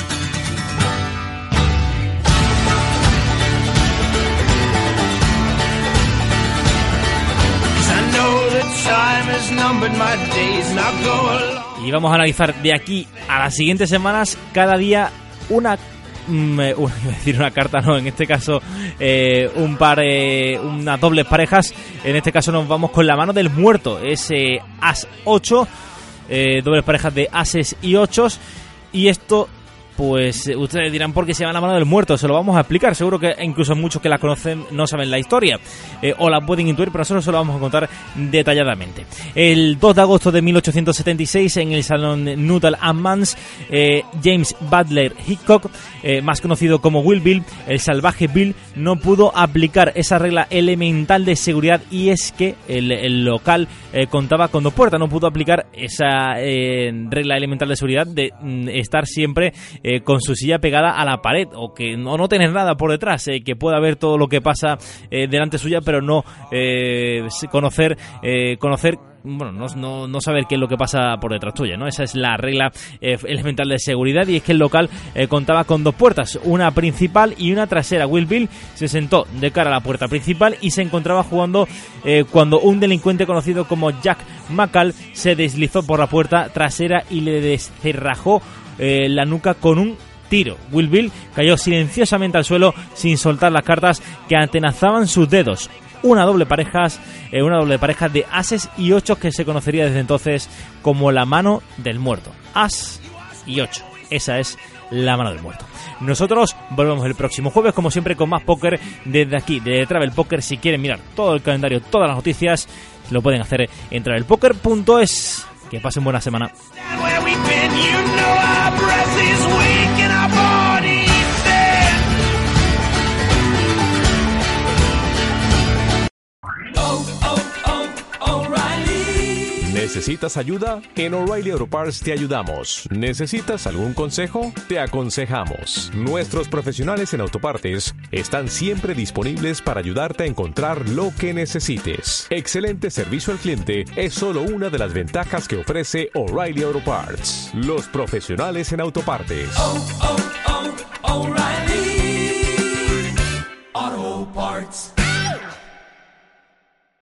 Y vamos a analizar de aquí a las siguientes semanas cada día una Mm, eh, iba a decir una carta, no, en este caso eh, un par, eh, unas dobles parejas. En este caso nos vamos con la mano del muerto, es eh, as ocho, eh, dobles parejas de ases y ochos. Y esto pues ustedes dirán por qué se llama la mano del muerto. Se lo vamos a explicar. Seguro que incluso muchos que la conocen no saben la historia eh, o la pueden intuir, pero nosotros se lo vamos a contar detalladamente. El dos de agosto de mil ochocientos setenta y seis, en el Salón Nuttall and Mans, eh, James Butler Hickok, eh, más conocido como Wild Bill, el salvaje Bill, no pudo aplicar esa regla elemental de seguridad, y es que el, el local eh, contaba con dos puertas. No pudo aplicar esa eh, regla elemental de seguridad de mm, estar siempre eh, con su silla pegada a la pared, o que no, no tener nada por detrás, eh, que pueda ver todo lo que pasa eh, delante suya, pero no eh, conocer eh, conocer bueno, no, no, no saber qué es lo que pasa por detrás tuya, ¿no? Esa es la regla eh, elemental de seguridad, y es que el local eh, contaba con dos puertas, una principal y una trasera. Wild Bill se sentó de cara a la puerta principal y se encontraba jugando eh, cuando un delincuente conocido como Jack McCall se deslizó por la puerta trasera y le descerrajó eh, la nuca con un tiro. Wild Bill cayó silenciosamente al suelo sin soltar las cartas que atenazaban sus dedos. Una doble parejas, eh, una doble pareja de ases y ochos que se conocería desde entonces como la mano del muerto. As y ocho. Esa es la mano del muerto. Nosotros volvemos el próximo jueves, como siempre, con más póker desde aquí, de Travel Poker. Si quieren mirar todo el calendario, todas las noticias, lo pueden hacer en travel poker punto es. Que pasen buena semana. ¿Necesitas ayuda? En O'Reilly Auto Parts te ayudamos. ¿Necesitas algún consejo? Te aconsejamos. Nuestros profesionales en autopartes están siempre disponibles para ayudarte a encontrar lo que necesites. Excelente servicio al cliente es solo una de las ventajas que ofrece O'Reilly Auto Parts. Los profesionales en autopartes. Oh, oh, oh, O'Reilly.